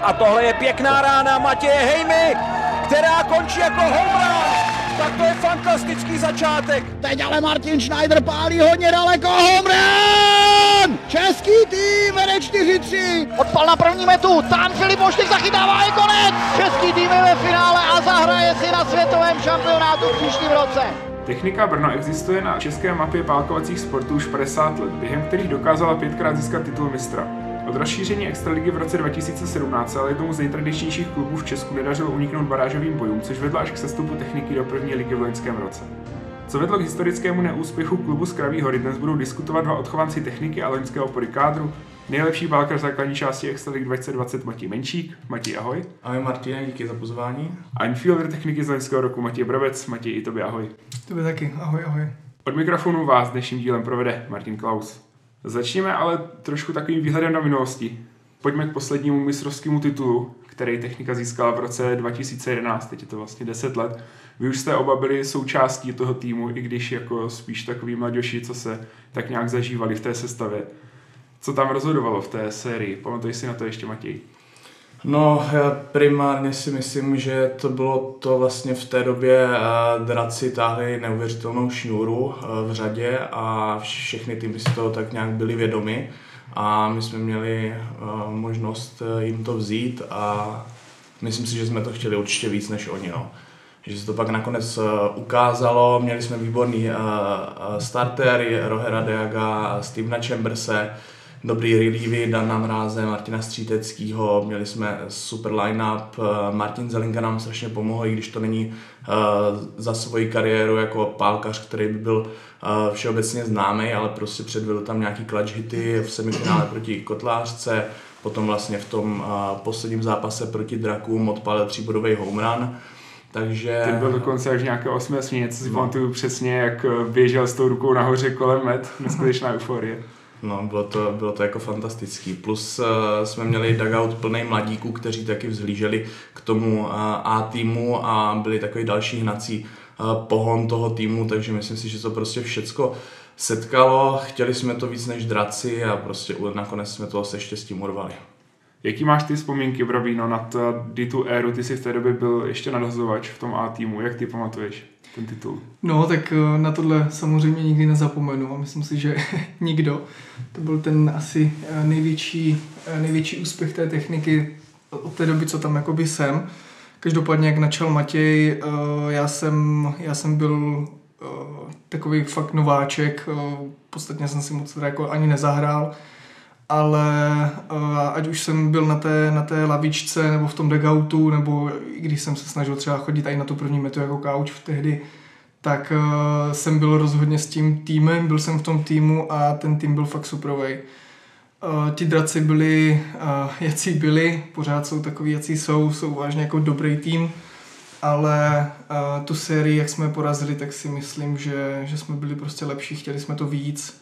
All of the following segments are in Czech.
A tohle je pěkná rána Matěje Hejmy, která končí jako home run. Tak to je fantastický začátek. Teď ale Martin Schneider pálí hodně daleko, home run! Český tým vede 4-3. Odpal na první metu, Tán Filip Moštyk zachytává, je konec! Český tým je ve finále a zahraje si na světovém šampionátu v příštím roce. Technika Brno existuje na české mapě pálkovacích sportů už 50 let, během kterých dokázala 5krát získat titul mistra. Od rozšíření extraligy v roce 2017 se ale jednomu z nejtradičnějších klubů v Česku nedařilo uniknout barážovým bojům, což vedlo až k sestupu Techniky do první ligy v loňském roce. Co vedlo k historickému neúspěchu klubu z Kraví Hory, dnes budou diskutovat dva odchovanci Techniky a loňského podikádru. Nejlepší pálkař základní části Extraligy 2020 Matěj Menšík. Matěj, ahoj. Ahoj Martine, díky za pozvání. A infielder Techniky z loňského roku Matěj Brabec. Matěj, i tobě ahoj. Tobě taky, ahoj. Od mikrofonu vás dnešním dílem provede Martin Klaus. Začněme ale trošku takovým výhledem na minulosti. Pojďme k poslednímu mistrovskému titulu, který Technika získala v roce 2011, teď je to vlastně 10 let. Vy už jste oba byli součástí toho týmu, i když jako spíš takový mladěši, co se tak nějak zažívali v té sestavě. Co tam rozhodovalo v té sérii? Pamatuješ si na to ještě, Matěj? No, já primárně si myslím, že to bylo to vlastně v té době draci táhli neuvěřitelnou šňůru v řadě a všechny týmy si toho tak nějak byli vědomi a my jsme měli možnost jim to vzít a myslím si, že jsme to chtěli určitě víc než oni. No. Že se to pak nakonec ukázalo, měli jsme výborný startéry, Rohera Deaga, Stevena Chamberse, dobrý relievy, Dana Mráze, Martina Stříteckýho, měli jsme super line-up, Martin Zelinka nám strašně pomohl, i když to není za svoji kariéru jako pálkař, který by byl všeobecně známý, ale prostě předvedl tam nějaký clutch hity v semifinále proti Kotlářce, potom vlastně v tom posledním zápase proti Drakům odpálil 3bodový home run. Takže... Ten byl dokonce až nějaké 8. něco si pamatuju přesně, jak běžel s tou rukou nahoře kolem met, neskutečná euforie. No, bylo to jako fantastický. Plus jsme měli dugout plný mladíků, kteří taky vzhlíželi k tomu A týmu a byli takový další hnací pohon toho týmu, takže myslím si, že to prostě všecko setkalo. Chtěli jsme to víc než draci a prostě nakonec jsme to se štěstím urvali. Jaký máš ty vzpomínky, Bravino, na tu éru? Ty jsi v té době byl ještě nadhazovač v tom A týmu. Jak ty pamatuješ ten titul? No, tak na tohle samozřejmě nikdy nezapomenu a myslím si, že nikdo. To byl ten asi největší úspěch té Techniky od té doby, co tam jakoby jsem. Každopádně, jak načal Matěj, já jsem byl takový fakt nováček, podstatně jsem si moc teda jako ani nezahrál, ale ať už jsem byl na té lavičce nebo v tom dugoutu, nebo i když jsem se snažil třeba chodit i na tu první metu jako couch tehdy, tak jsem byl rozhodně s tím týmem, byl jsem v tom týmu a ten tým byl fakt superovej. Ti draci byli, jací byli, pořád jsou takový, jací jsou vážně jako dobrý tým, ale tu sérii, jak jsme porazili, tak si myslím, že jsme byli prostě lepší, chtěli jsme to víc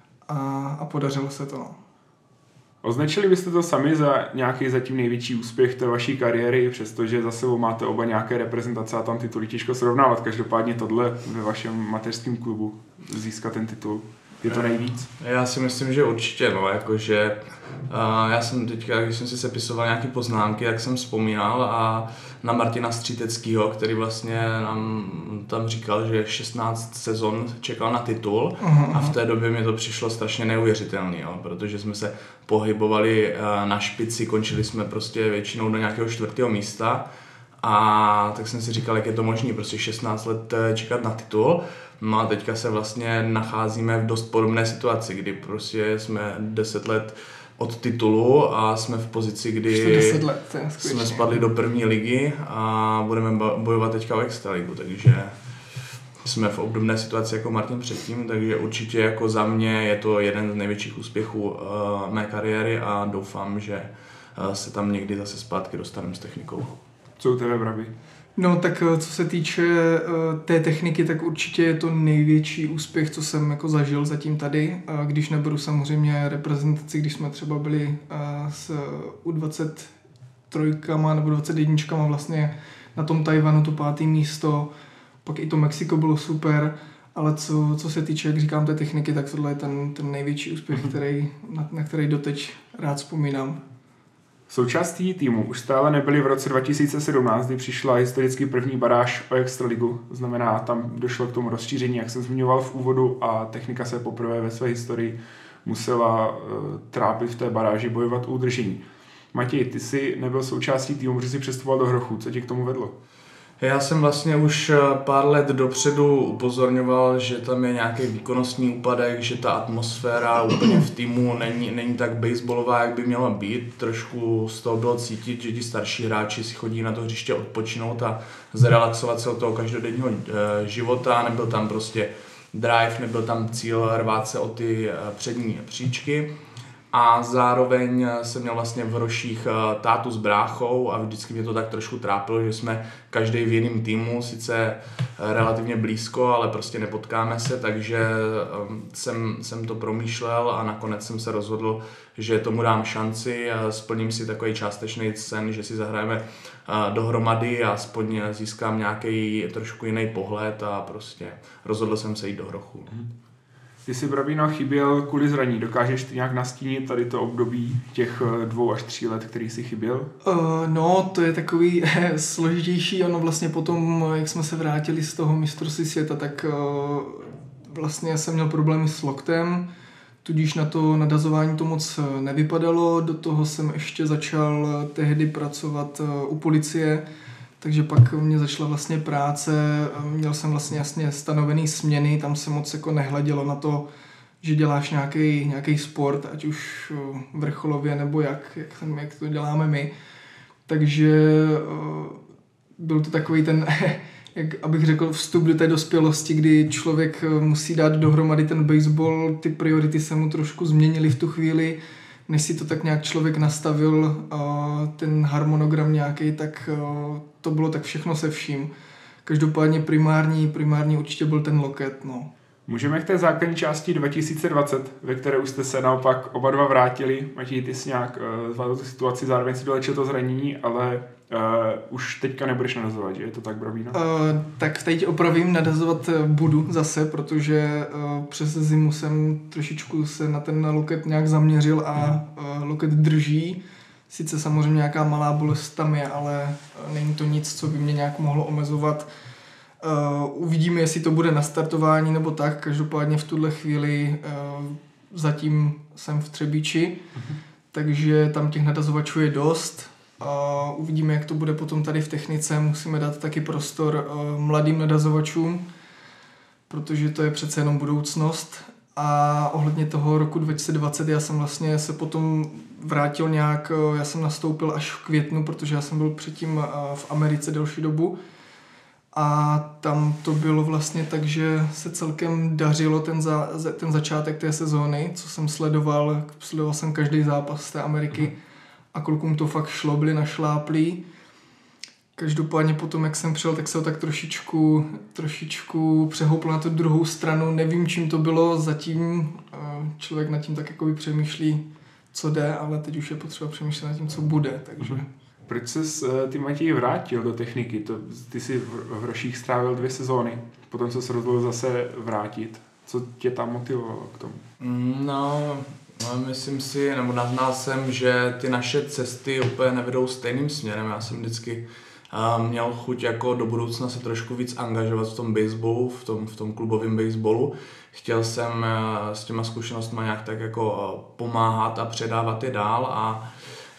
a podařilo se to. No. Označili byste to sami za nějaký zatím největší úspěch té vaší kariéry, přestože za sebou máte oba nějaké reprezentace a tam tituly těžko srovnávat. Každopádně tohle ve vašem mateřském klubu získat ten titul. Je to nejvíc? Já si myslím, že určitě, no, jakože já jsem teďka, když jsem si sepisoval nějaké poznámky, jak jsem vzpomínal a na Martina Stříteckýho, který vlastně nám tam říkal, že 16 sezon čekal na titul a v té době mi to přišlo strašně neuvěřitelný, jo, protože jsme se pohybovali na špici, končili jsme prostě většinou do nějakého 4. místa a tak jsem si říkal, jak je to možné, prostě 16 let čekat na titul. No a teďka se vlastně nacházíme v dost podobné situaci, kdy prostě jsme 10 let od titulu a jsme v pozici, kdy jsme spadli do první ligy a budeme bojovat teďka o extraligu, takže jsme v obdobné situaci jako Martin předtím, takže určitě jako za mě je to jeden z největších úspěchů mé kariéry a doufám, že se tam někdy zase zpátky dostaneme s Technikou. Co u tebe, Bravi? No tak co se týče té Techniky, tak určitě je to největší úspěch, co jsem jako zažil zatím tady. Když neberu samozřejmě reprezentaci, když jsme třeba byli s U23 nebo 21 vlastně na tom Tajvanu to 5. místo, pak i to Mexiko bylo super, ale co se týče, jak říkám, té Techniky, tak tohle je ten největší úspěch, na který doteď rád vzpomínám. Součástí týmu už stále nebyli v roce 2017, kdy přišla historicky první baráž o extraligu. Znamená, tam došlo k tomu rozšíření, jak jsem zmiňoval v úvodu, a Technika se poprvé ve své historii musela trápit v té baráži, bojovat o udržení. Matěj, ty jsi nebyl součástí týmu, protože jsi přestupoval do Hrochů. Co tě k tomu vedlo? Já jsem vlastně už pár let dopředu upozorňoval, že tam je nějaký výkonnostní úpadek, že ta atmosféra úplně v týmu není tak baseballová, jak by měla být. Trošku z toho bylo cítit, že ti starší hráči si chodí na to hřiště odpočinout a zrelaxovat se od toho každodenního života. Nebyl tam prostě drive, nebyl tam cíl rvát se o ty přední příčky. A zároveň jsem měl vlastně v Hroších tátu s bráchou a vždycky mě to tak trošku trápilo, že jsme každý v jiném týmu, sice relativně blízko, ale prostě nepotkáme se, takže jsem to promýšlel a nakonec jsem se rozhodl, že tomu dám šanci a splním si takový částečný sen, že si zahrajeme dohromady a aspoň získám nějaký trošku jiný pohled a prostě rozhodl jsem se jít do Hrochů. Ty jsi, Bravino, chyběl kvůli zranění. Dokážeš ty nějak nastínit tady to období těch 2 až 3 let, který jsi chyběl? No, to je takový složitější. Ono vlastně potom, jak jsme se vrátili z toho mistrovství světa, tak vlastně jsem měl problémy s loktem, tudíž na to nadazování to moc nevypadalo. Do toho jsem ještě začal tehdy pracovat u policie, takže pak mě začala vlastně práce, měl jsem vlastně jasně stanovený směny, tam se moc jako nehledělo na to, že děláš nějaký sport, ať už vrcholově nebo jak to děláme my. Takže byl to takový ten, jak abych řekl, vstup do té dospělosti, kdy člověk musí dát dohromady ten baseball, ty priority se mu trošku změnily v tu chvíli, než si to tak nějak člověk nastavil, ten harmonogram nějaký, tak to bylo tak všechno se vším. Každopádně primární určitě byl ten loket, no. Můžeme k té základní části 2020, ve které už jste se naopak oba dva vrátili. Matěj, ty jsi nějak zvládl tu situaci, zároveň si dolečil to zranění, ale už teďka nebudeš nadazovat, že? Je to tak, Bravino? Tak teď opravím, nadazovat budu zase, protože přes zimu jsem trošičku se na ten loket nějak zaměřil a loket drží. Sice samozřejmě nějaká malá bolest tam je, ale není to nic, co by mě nějak mohlo omezovat. Uvidíme, jestli to bude na startování nebo tak. Každopádně v tuhle chvíli zatím jsem v Třebíči, takže tam těch nadazovačů je dost. Uvidíme, jak to bude potom tady v technice. Musíme dát taky prostor mladým nadazovačům, protože to je přece jenom budoucnost. A ohledně toho roku 2020 já jsem vlastně se potom vrátil nějak, já jsem nastoupil až v květnu, protože já jsem byl předtím v Americe delší dobu. A tam to bylo vlastně tak, že se celkem dařilo ten začátek té sezóny, co jsem sledoval jsem každý zápas z té Ameriky a klukům to fakt šlo, byli našláplí. Každopádně potom, jak jsem přijel, tak se ho tak trošičku přehoupl na tu druhou stranu. Nevím, čím to bylo, zatím člověk nad tím tak jakoby přemýšlí, co jde, ale teď už je potřeba přemýšlet nad tím, co bude, takže... Proč ses ty, Matěj, vrátil do techniky? Ty jsi v Hroších strávil 2 sezóny, potom se rozhodl zase vrátit. Co tě tam motivovalo k tomu? No, myslím si, nebo naznal jsem, že ty naše cesty úplně nevedou stejným směrem. Já jsem vždycky měl chuť jako do budoucna se trošku víc angažovat v tom baseballu, v tom klubovém baseballu. Chtěl jsem s těma zkušenostmi nějak tak jako pomáhat a předávat je dál a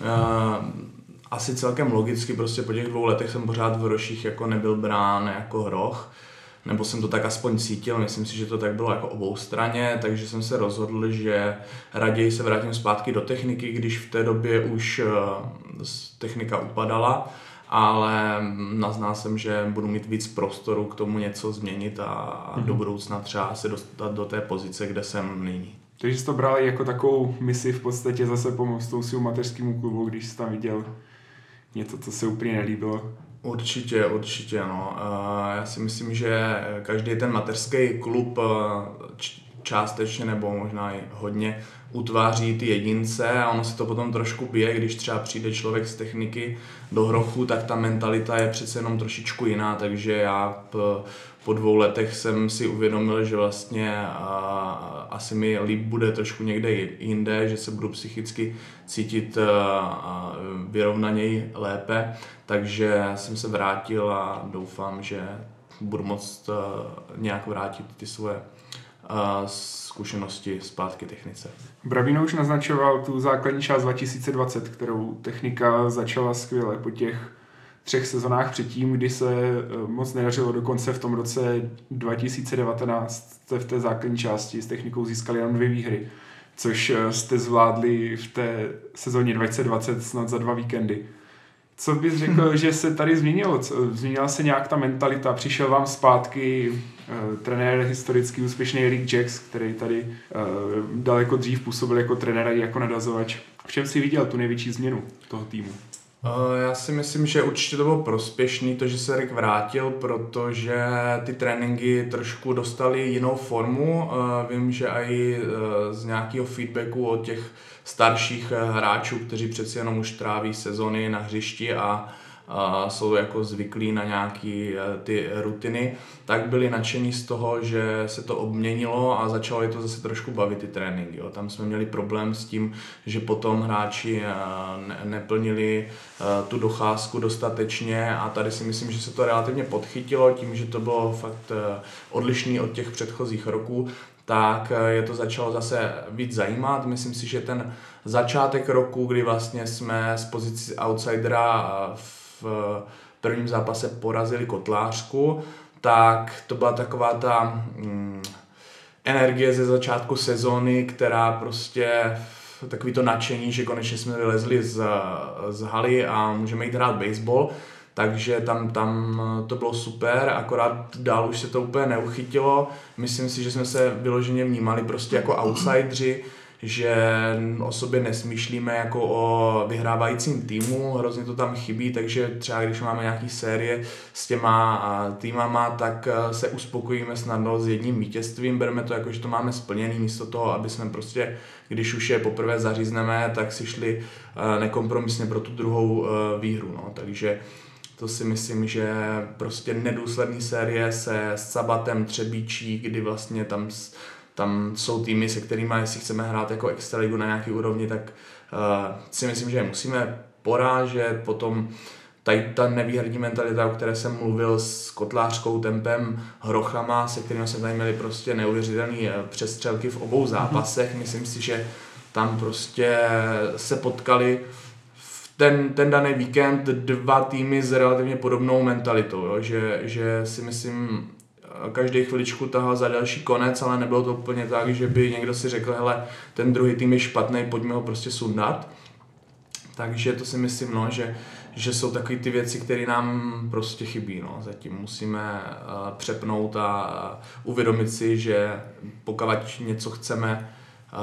asi celkem logicky prostě po těch 2 letech jsem pořád v Hroších jako nebyl brán jako hroch, nebo jsem to tak aspoň cítil, myslím si, že to tak bylo jako oboustranně, takže jsem se rozhodl, že raději se vrátím zpátky do techniky, když v té době už technika upadala, ale naznal jsem, že budu mít víc prostoru k tomu něco změnit a do budoucna třeba se dostat do té pozice, kde jsem nyní. Takže jsi to bral jako takovou misi v podstatě zase pomoct tou svým mateřskému klubu, když jsi tam viděl něco, co se úplně nelíbilo? Určitě, no. Já si myslím, že každý ten mateřský klub částečně nebo možná i hodně utváří ty jedince a ono se to potom trošku bije, když třeba přijde člověk z techniky do hrochu, tak ta mentalita je přece jenom trošičku jiná, takže já po 2 letech jsem si uvědomil, že vlastně asi mi líp bude trošku někde jinde, že se budu psychicky cítit vyrovnaněji lépe, takže jsem se vrátil a doufám, že budu moct nějak vrátit ty svoje zkušenosti zpátky technice. Brabino už naznačoval tu základní část 2020, kterou technika začala skvěle po těch 3 sezonách předtím, kdy se moc nedařilo, dokonce v tom roce 2019 jste v té základní části s technikou získali jenom 2 výhry, což jste zvládli v té sezóně 2020 snad za 2 víkendy. Co bys řekl, že se tady změnilo? Změnila se nějak ta mentalita? Přišel vám zpátky trenér historicky úspěšný Rick Jacks, který tady daleko dřív působil jako trenér a jako nadazovač. V čem jsi viděl tu největší změnu toho týmu? Já si myslím, že určitě to bylo prospěšný, to, že se Rick vrátil, protože ty tréninky trošku dostaly jinou formu. Vím, že i z nějakého feedbacku od těch starších hráčů, kteří přeci jenom už tráví sezony na hřišti a jsou jako zvyklí na nějaké ty rutiny, tak byli nadšení z toho, že se to obměnilo a začalo je to zase trošku bavit ty tréninky. Jo. Tam jsme měli problém s tím, že potom hráči neplnili tu docházku dostatečně a tady si myslím, že se to relativně podchytilo tím, že to bylo fakt odlišný od těch předchozích roků, tak je to začalo zase víc zajímat. Myslím si, že ten začátek roku, kdy vlastně jsme z pozice outsidera v prvním zápase porazili Kotlářku, tak to byla taková ta energie ze začátku sezóny, která prostě takový to nadšení, že konečně jsme vylezli z haly a můžeme jít hrát baseball. Takže tam to bylo super, akorát dál už se to úplně neuchytilo. Myslím si, že jsme se vyloženě vnímali prostě jako outsidři, že o sobě nesmýšlíme jako o vyhrávajícím týmu, hrozně to tam chybí, takže třeba když máme nějaký série s těma týmama, tak se uspokojíme snadno s jedním vítězstvím, bereme to jako, že to máme splněný, místo toho, aby jsme prostě, když už je poprvé zařízneme, tak si šli nekompromisně pro tu druhou výhru, no. Takže to si myslím, že prostě nedůsledný série se s Sabatem, Třebíčí, kdy vlastně tam jsou týmy, se kterými, jestli chceme hrát jako extraligu na nějaký úrovni, tak si myslím, že je musíme porážet. Potom tady ta nevýhradní mentalita, o které jsem mluvil, s Kotlářskou, Tempem, Hrochama, se kterými jsme tady měli prostě neuvěřitelné přestřelky v obou zápasech. Myslím si, že tam prostě se potkali ten daný víkend 2 týmy s relativně podobnou mentalitou, jo? Že si myslím, každý chviličku tahal za další konec, ale nebylo to úplně tak, že by někdo si řekl, hele, ten druhý tým je špatný, pojďme ho prostě sundat. Takže to si myslím, no, že jsou takové ty věci, které nám prostě chybí. No. Zatím musíme přepnout a uvědomit si, že pokud něco chceme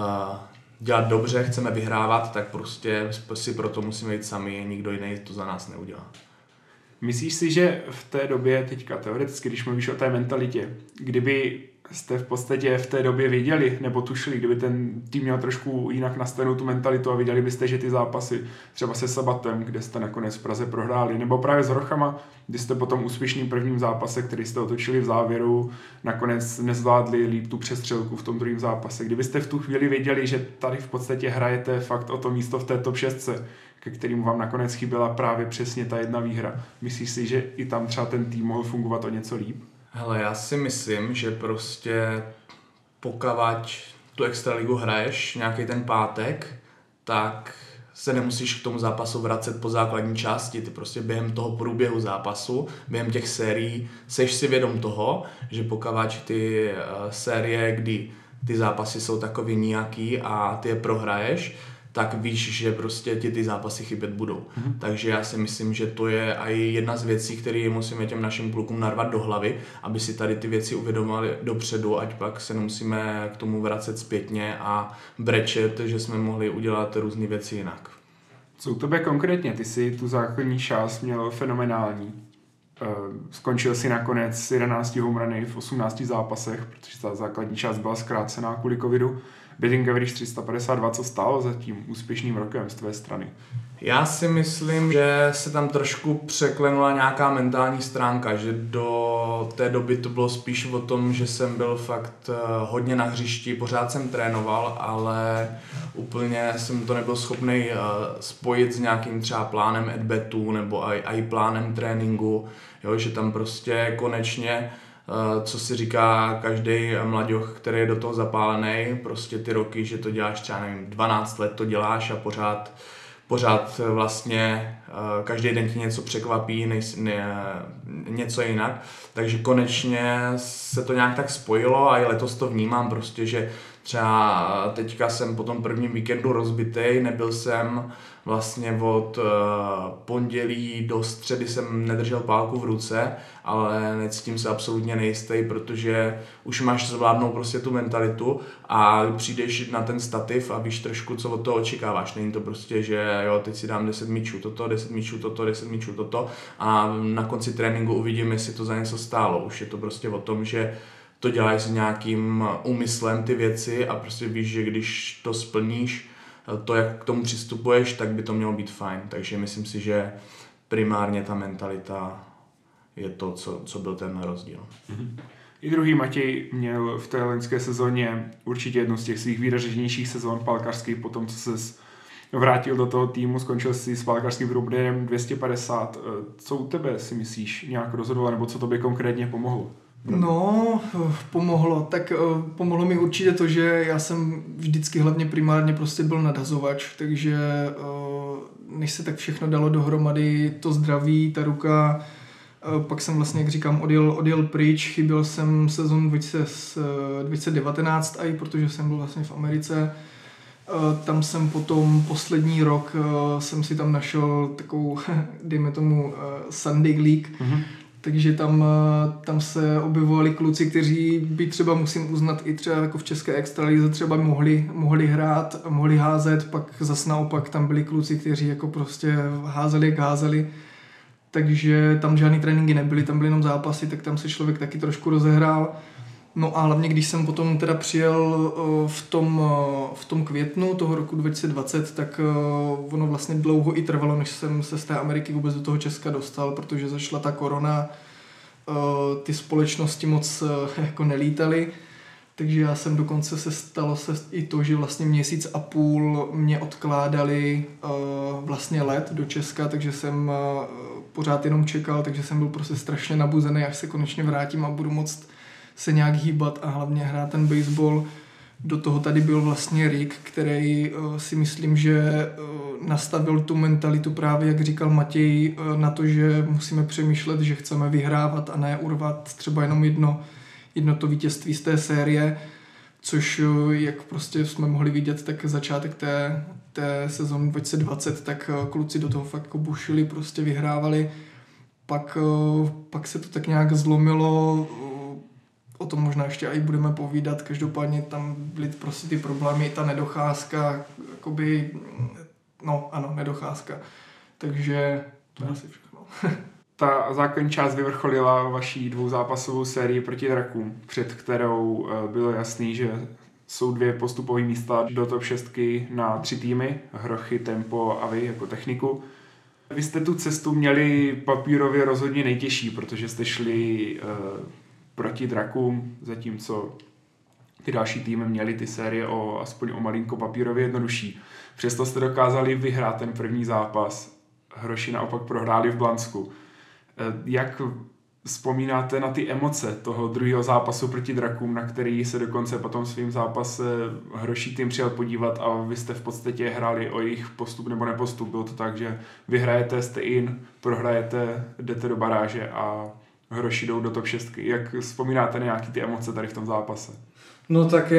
dělat dobře, chceme vyhrávat, tak prostě si proto musíme jít sami, nikdo jiný to za nás neudělá. Myslíš si, že v té době, teďka teoreticky, když mluvíš o té mentalitě, kdyby jste v podstatě v té době viděli nebo tušili, kdyby ten tým měl trošku jinak nastavenou tu mentalitu a viděli byste, že ty zápasy třeba se Sabatem, kde jste nakonec v Praze prohráli, nebo právě s Hrochama, kdy jste po tom úspěšným prvním zápase, který jste otočili v závěru, nakonec nezvládli líp tu přestřelku v tom druhém zápase. Kdybyste v tu chvíli věděli, že tady v podstatě hrajete fakt o to místo v té top 6, ke kterému vám nakonec chyběla právě přesně ta jedna výhra. Myslíš si, že i tam třeba ten tým mohl fungovat o něco líp? Hele, já si myslím, že prostě pokavať tu extraligu hraješ nějaký ten pátek, tak se nemusíš k tomu zápasu vracet po základní části. Ty prostě během toho průběhu zápasu, během těch sérií, seš si vědom toho, že pokavať ty série, kdy ty zápasy jsou takový nějaký a ty je prohraješ, tak víš, že prostě ti ty zápasy chybět budou. Takže já si myslím, že to je i jedna z věcí, které musíme těm našim klukům narvat do hlavy, aby si tady ty věci uvědomovali dopředu, ať pak se nemusíme k tomu vracet zpětně a brečet, že jsme mohli udělat různé věci jinak. Co u tebe konkrétně? Ty jsi tu základní část měl fenomenální. Skončil si nakonec 11 homerany v 18 zápasech, protože ta základní část byla zkrácená kvůli covidu. Batting average 352, co stálo za tím úspěšným rokem z tvé strany? Já si myslím, že se tam trošku překlenula nějaká mentální stránka, že do té doby to bylo spíš o tom, že jsem byl fakt hodně na hřišti, pořád jsem trénoval, ale úplně jsem to nebyl schopný spojit s nějakým třeba plánem at-batu nebo i plánem tréninku, jo, že tam prostě konečně, co si říká každý mlaďoch, který je do toho zapálený, prostě ty roky, že to děláš třeba, nevím, 12 let to děláš a pořád vlastně každý den ti něco překvapí, něco jinak. Takže konečně se to nějak tak spojilo a i letos to vnímám prostě, že třeba teďka jsem po tom prvním víkendu rozbitej, nebyl jsem vlastně od pondělí do středy jsem nedržel pálku v ruce, ale necítím se absolutně nejistý, protože už máš zvládnout prostě tu mentalitu a přijdeš na ten stativ a víš trošku, co od toho očekáváš. Není to prostě, že jo, teď si dám 10 míčů toto, 10 míčů toto, 10 míčů toto a na konci tréninku uvidím, jestli to za něco stálo. Už je to prostě o tom, že to děláš s nějakým úmyslem ty věci a prostě víš, že když to splníš, to, jak k tomu přistupuješ, tak by to mělo být fajn. Takže myslím si, že primárně ta mentalita je to, co byl ten rozdíl. Mm-hmm. I druhý Matěj měl v té loňské sezóně určitě jednu z těch svých výraženějších sezón pálkařských, po tom, co ses vrátil do toho týmu, skončil si s pálkařským průměrem 250. Co u tebe si myslíš nějak rozhodovalo, nebo co tobě konkrétně pomohlo? No, pomohlo. Tak pomohlo mi určitě to, že já jsem vždycky hlavně primárně prostě byl nadhazovač, takže než se tak všechno dalo dohromady, to zdraví, ta ruka, pak jsem vlastně, jak říkám, odjel pryč, chyběl jsem sezon 2019 protože jsem byl vlastně v Americe. Tam jsem potom poslední rok jsem si tam našel takovou, dejme tomu, Sunday League, takže tam se objevovali kluci, kteří by třeba, musím uznat, i třeba jako v české extralize třeba mohli hrát, mohli házet, pak zas naopak tam byli kluci, kteří jako prostě házeli, jak házeli, takže tam žádný tréninky nebyly, tam byly jenom zápasy, tak tam se člověk taky trošku rozehrál. No a hlavně, když jsem potom teda přijel v tom květnu toho roku 2020, tak ono vlastně dlouho i trvalo, než jsem se z té Ameriky vůbec do toho Česka dostal, protože zašla ta korona, ty společnosti moc jako nelítaly, takže já jsem dokonce stalo se i to, že vlastně měsíc a půl mě odkládali vlastně let do Česka, takže jsem pořád jenom čekal, takže jsem byl prostě strašně nabuzený, až se konečně vrátím a budu moct se nějak hýbat a hlavně hrát ten baseball. Do toho tady byl vlastně Rick, který si myslím, že nastavil tu mentalitu právě, jak říkal Matěj, na to, že musíme přemýšlet, že chceme vyhrávat a ne urvat třeba jenom jedno to vítězství z té série, což jak prostě jsme mohli vidět, tak začátek té sezóny 2020, tak kluci do toho fakt jako bušili, prostě vyhrávali. Pak se to tak nějak zlomilo, o tom možná ještě i budeme povídat, každopádně tam byly prostě ty problémy, ta nedocházka, jakoby, no ano, nedocházka, takže to je asi všechno. Ta základní část vyvrcholila vaší dvouzápasovou sérii proti Drakům, před kterou bylo jasný, že jsou 2 postupové místa do top 6 na 3 týmy, Hrochy, Tempo a vy jako techniku. Vy jste tu cestu měli papírově rozhodně nejtěžší, protože jste šli proti Drakům, zatímco ty další týmy měly ty série aspoň o malinko papírově jednodušší. Přesto jste dokázali vyhrát ten první zápas. Hroši naopak prohráli v Blansku. Jak vzpomínáte na ty emoce toho druhého zápasu proti Drakům, na který se dokonce po tom svým zápase Hroší tým přijel podívat a vy jste v podstatě hráli o jejich postup nebo nepostup. Bylo to tak, že vyhrajete, jste in, prohrajete, jdete do baráže a Hroši jdou do top 6. Jak vzpomínáte na nějaký ty emoce tady v tom zápase? No tak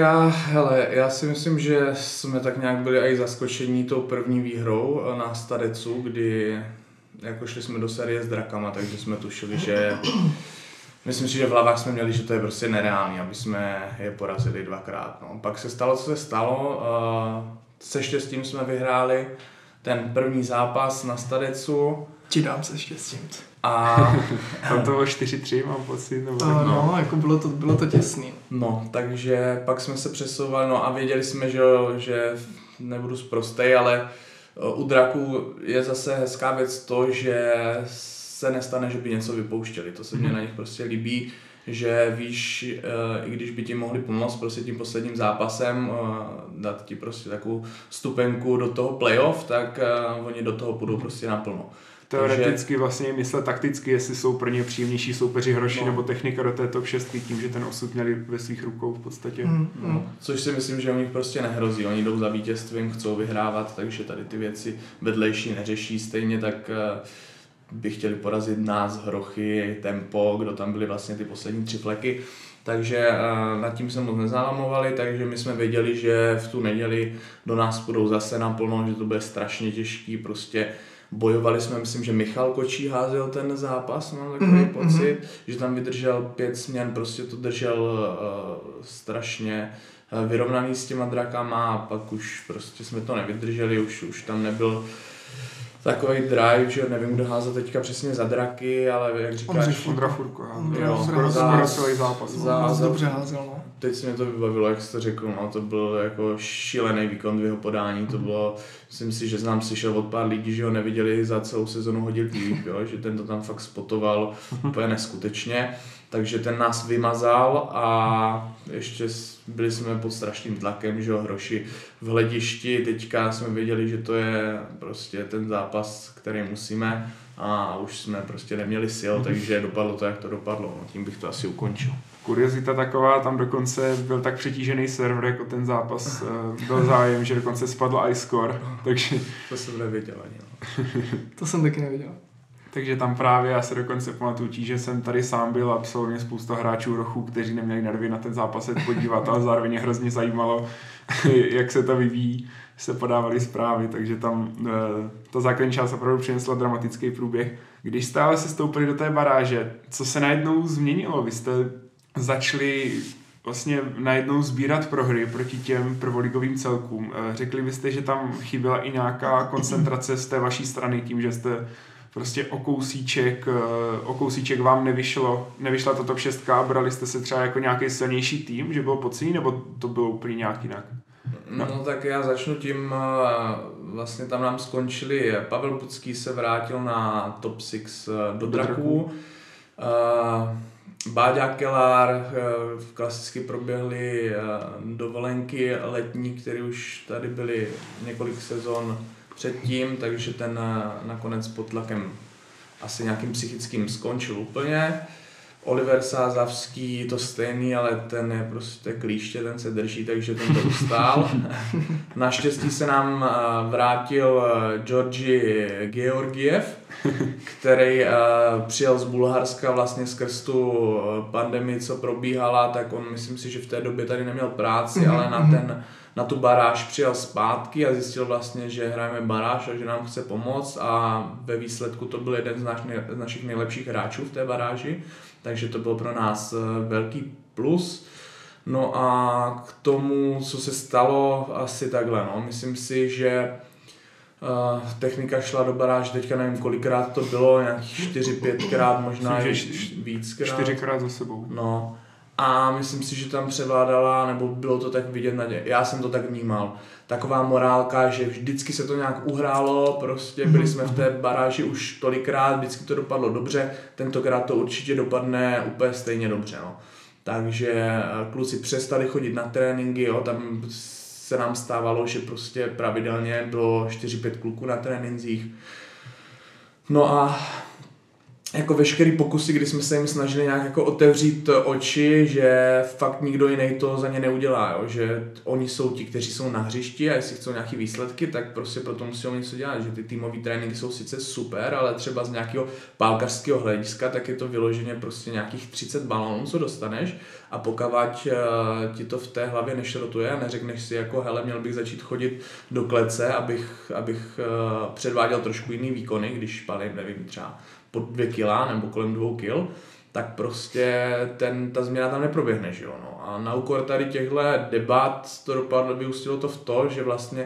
já si myslím, že jsme tak nějak byli i zaskočení tou první výhrou na Stadecu, kdy jako šli jsme do série s Drakama, takže jsme tušili, že myslím si, že v hlavách jsme měli, že to je prostě nereálný, aby jsme je porazili 2krát. No. Pak se stalo, co se stalo, se štěstím jsme vyhráli ten první zápas na Stadecu. Ti dám se štěstím. A tam to bylo 4-3, mám pocit. Nebo no, jako bylo to těsný. No, takže pak jsme se přesouvali, no a věděli jsme, že nebudu sprostej, ale u draků je zase hezká věc to, že se nestane, že by něco vypouštěli. To se mně na nich prostě líbí, že víš, i když by ti mohli pomoct prostě tím posledním zápasem, dát ti prostě takovou stupenku do toho playoff, tak oni do toho půjdou prostě naplno. Teoreticky vlastně myslet takticky, jestli jsou pro ně příjemnější soupeři Hroši nebo Technika do té top 6 tím, že ten osud měli ve svých rukou v podstatě. No, což si myslím, že u nich prostě nehrozí. Oni jdou za vítězstvím, chcou vyhrávat, takže tady ty věci vedlejší neřeší. Stejně tak by chtěli porazit nás, Hrochy, Tempo, kdo tam byli vlastně ty poslední 3 fleky. Takže nad tím se moc nezálamovali, takže my jsme věděli, že v tu neděli do nás půjdou zase naplno, že to bude strašně těžký, prostě bojovali jsme, myslím, že Michal Kočí házel ten zápas, mám takový pocit, že tam vydržel 5 směn, prostě to držel strašně vyrovnaný s těma drakama a pak už prostě jsme to nevydrželi, už tam nebyl takový drive, že nevím, kdo házel teďka přesně za draky, ale jak říkáš... Ondra Furko skoro celý zápas. Dobře házel, no. Teď se mě to vybavilo, jak jsi to řekl, no, to byl jako šílený výkon v jeho podání, to bylo, myslím si, že znám slyšel od pár lidí, že ho neviděli za celou sezonu hodit líp, jo, že ten to tam fakt spotoval úplně neskutečně, takže ten nás vymazal a ještě byli jsme pod strašným tlakem, že jo, Hroši v hledišti, teďka jsme věděli, že to je prostě ten zápas, který musíme a už jsme prostě neměli sil, takže dopadlo to, jak to dopadlo, no, tím bych to asi ukončil. Kuriozita taková, tam dokonce byl tak přetížený server, jako ten zápas byl zájem, že dokonce spadl iScore, takže... To jsem nevěděl ani, no. To jsem taky nevěděl. Takže tam právě já se dokonce pamatuju, že jsem tady sám byl a psal mě spousta hráčů Rochů, kteří neměli nervy na ten zápas se podívat, ale zároveň hrozně zajímalo, jak se to vyvíjí, se podávaly zprávy, takže tam ta základní část opravdu přinesla dramatický průběh. Když jste ale se stoupili do té baráže, co se najednou změnilo? Vy jste začali vlastně najednou sbírat prohry proti těm prvoligovým celkům. Řekli byste, že tam chyběla i nějaká koncentrace z té vaší strany tím, že jste prostě o kousíček vám nevyšla ta top 6 a brali jste se třeba jako nějaký silnější tým, že bylo podceněný, nebo to bylo úplně nějak jinak? No tak já začnu tím, vlastně tam nám skončili, Pavel Pucký se vrátil na top 6 do draků. Báďa Kelár, klasicky proběhly dovolenky letní, které už tady byly několik sezon předtím, takže ten nakonec pod tlakem asi nějakým psychickým skončil úplně. Oliver Sázavský to stejný, ale ten je prostě klíště, ten se drží, takže ten to ustál. Naštěstí se nám vrátil Georgi Georgiev, který přijel z Bulharska vlastně skrz tu pandemii, co probíhala, tak on myslím si, že v té době tady neměl práci, ale na tu baráž přijel zpátky a zjistil vlastně, že hrajeme baráž a že nám chce pomoct a ve výsledku to byl jeden z našich nejlepších hráčů v té baráži, takže to bylo pro nás velký plus. No a k tomu, co se stalo, asi takhle, no. Myslím si, že Technika šla do baráže, teďka nevím kolikrát to bylo, nějakých 4-5krát, možná víckrát. 4krát za sebou. No. A myslím si, že tam převládala, nebo bylo to tak vidět, já jsem to tak vnímal, taková morálka, že vždycky se to nějak uhrálo, prostě byli jsme v té baráži už tolikrát, vždycky to dopadlo dobře, tentokrát to určitě dopadne úplně stejně dobře, no. Takže kluci přestali chodit na tréninky, jo, tam se nám stávalo, že prostě pravidelně bylo 4-5 kluků na trénincích. No a jako veškerý pokusy, kdy jsme se jim snažili nějak jako otevřít oči, že fakt nikdo jiný to za ně neudělá, jo? Že oni jsou ti, kteří jsou na hřišti a jestli chcou nějaké výsledky, tak prostě proto musí něco dělat, že ty týmové tréninky jsou sice super, ale třeba z nějakého pálkařského hlediska, tak je to vyloženě prostě nějakých 30 balónů, co dostaneš a pokud ti to v té hlavě nešrotuje a neřekneš si jako hele, měl bych začít chodit do klece, abych předváděl trošku jiný výkony, když palím, nevím, třeba pod 2 kg nebo kolem 2 kg, tak prostě ta změna tam neproběhne, že jo, no. A na úkor tady těchto debat to dopadlo, vyústilo to v to, že vlastně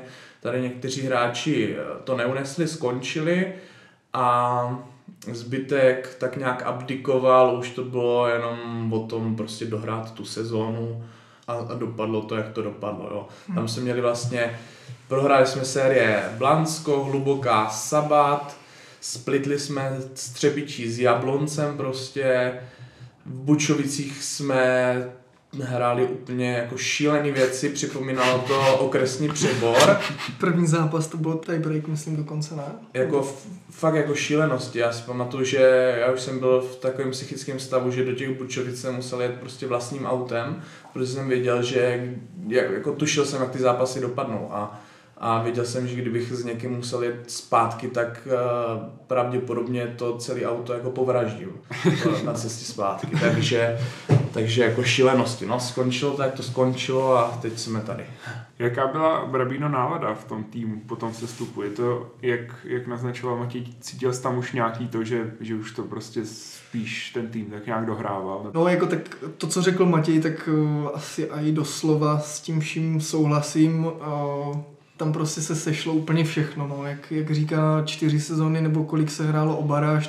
tady někteří hráči to neunesli, skončili a zbytek tak nějak abdikoval, už to bylo jenom o tom prostě dohrát tu sezónu a dopadlo to, jak to dopadlo. Jo. Tam jsme měli vlastně, prohráli jsme série Blansko, Hluboká, Sabat, splitli jsme Střebičí s Jabloncem prostě, v Bučovicích jsme hráli úplně jako šílený věci, připomínalo to okresní přebor. První zápas to bylo tiebreak, myslím dokonce, ne? Jako fakt jako šílenosti. Já si pamatuju, že já už jsem byl v takovém psychickém stavu, že do těch Bučovic jsem musel jet prostě vlastním autem, protože jsem věděl, že jako tušil jsem, jak ty zápasy dopadnou a věděl jsem, že kdybych s někým musel jet zpátky, tak pravděpodobně to celé auto jako povraždil na cestě zpátky. Takže jako šílenosti. No, skončilo to, jak to skončilo a teď jsme tady. Jaká byla, Brabino, nálada v tom týmu po tom sestupu? Je to, jak naznačoval Matěj, cítil jsi tam už nějaký to, že už to prostě spíš ten tým tak nějak dohrával? No jako tak to, co řekl Matěj, tak asi i doslova s tím vším souhlasím. Tam prostě se sešlo úplně všechno, no. Jak říká 4 sezóny nebo kolik se hrálo o baráž,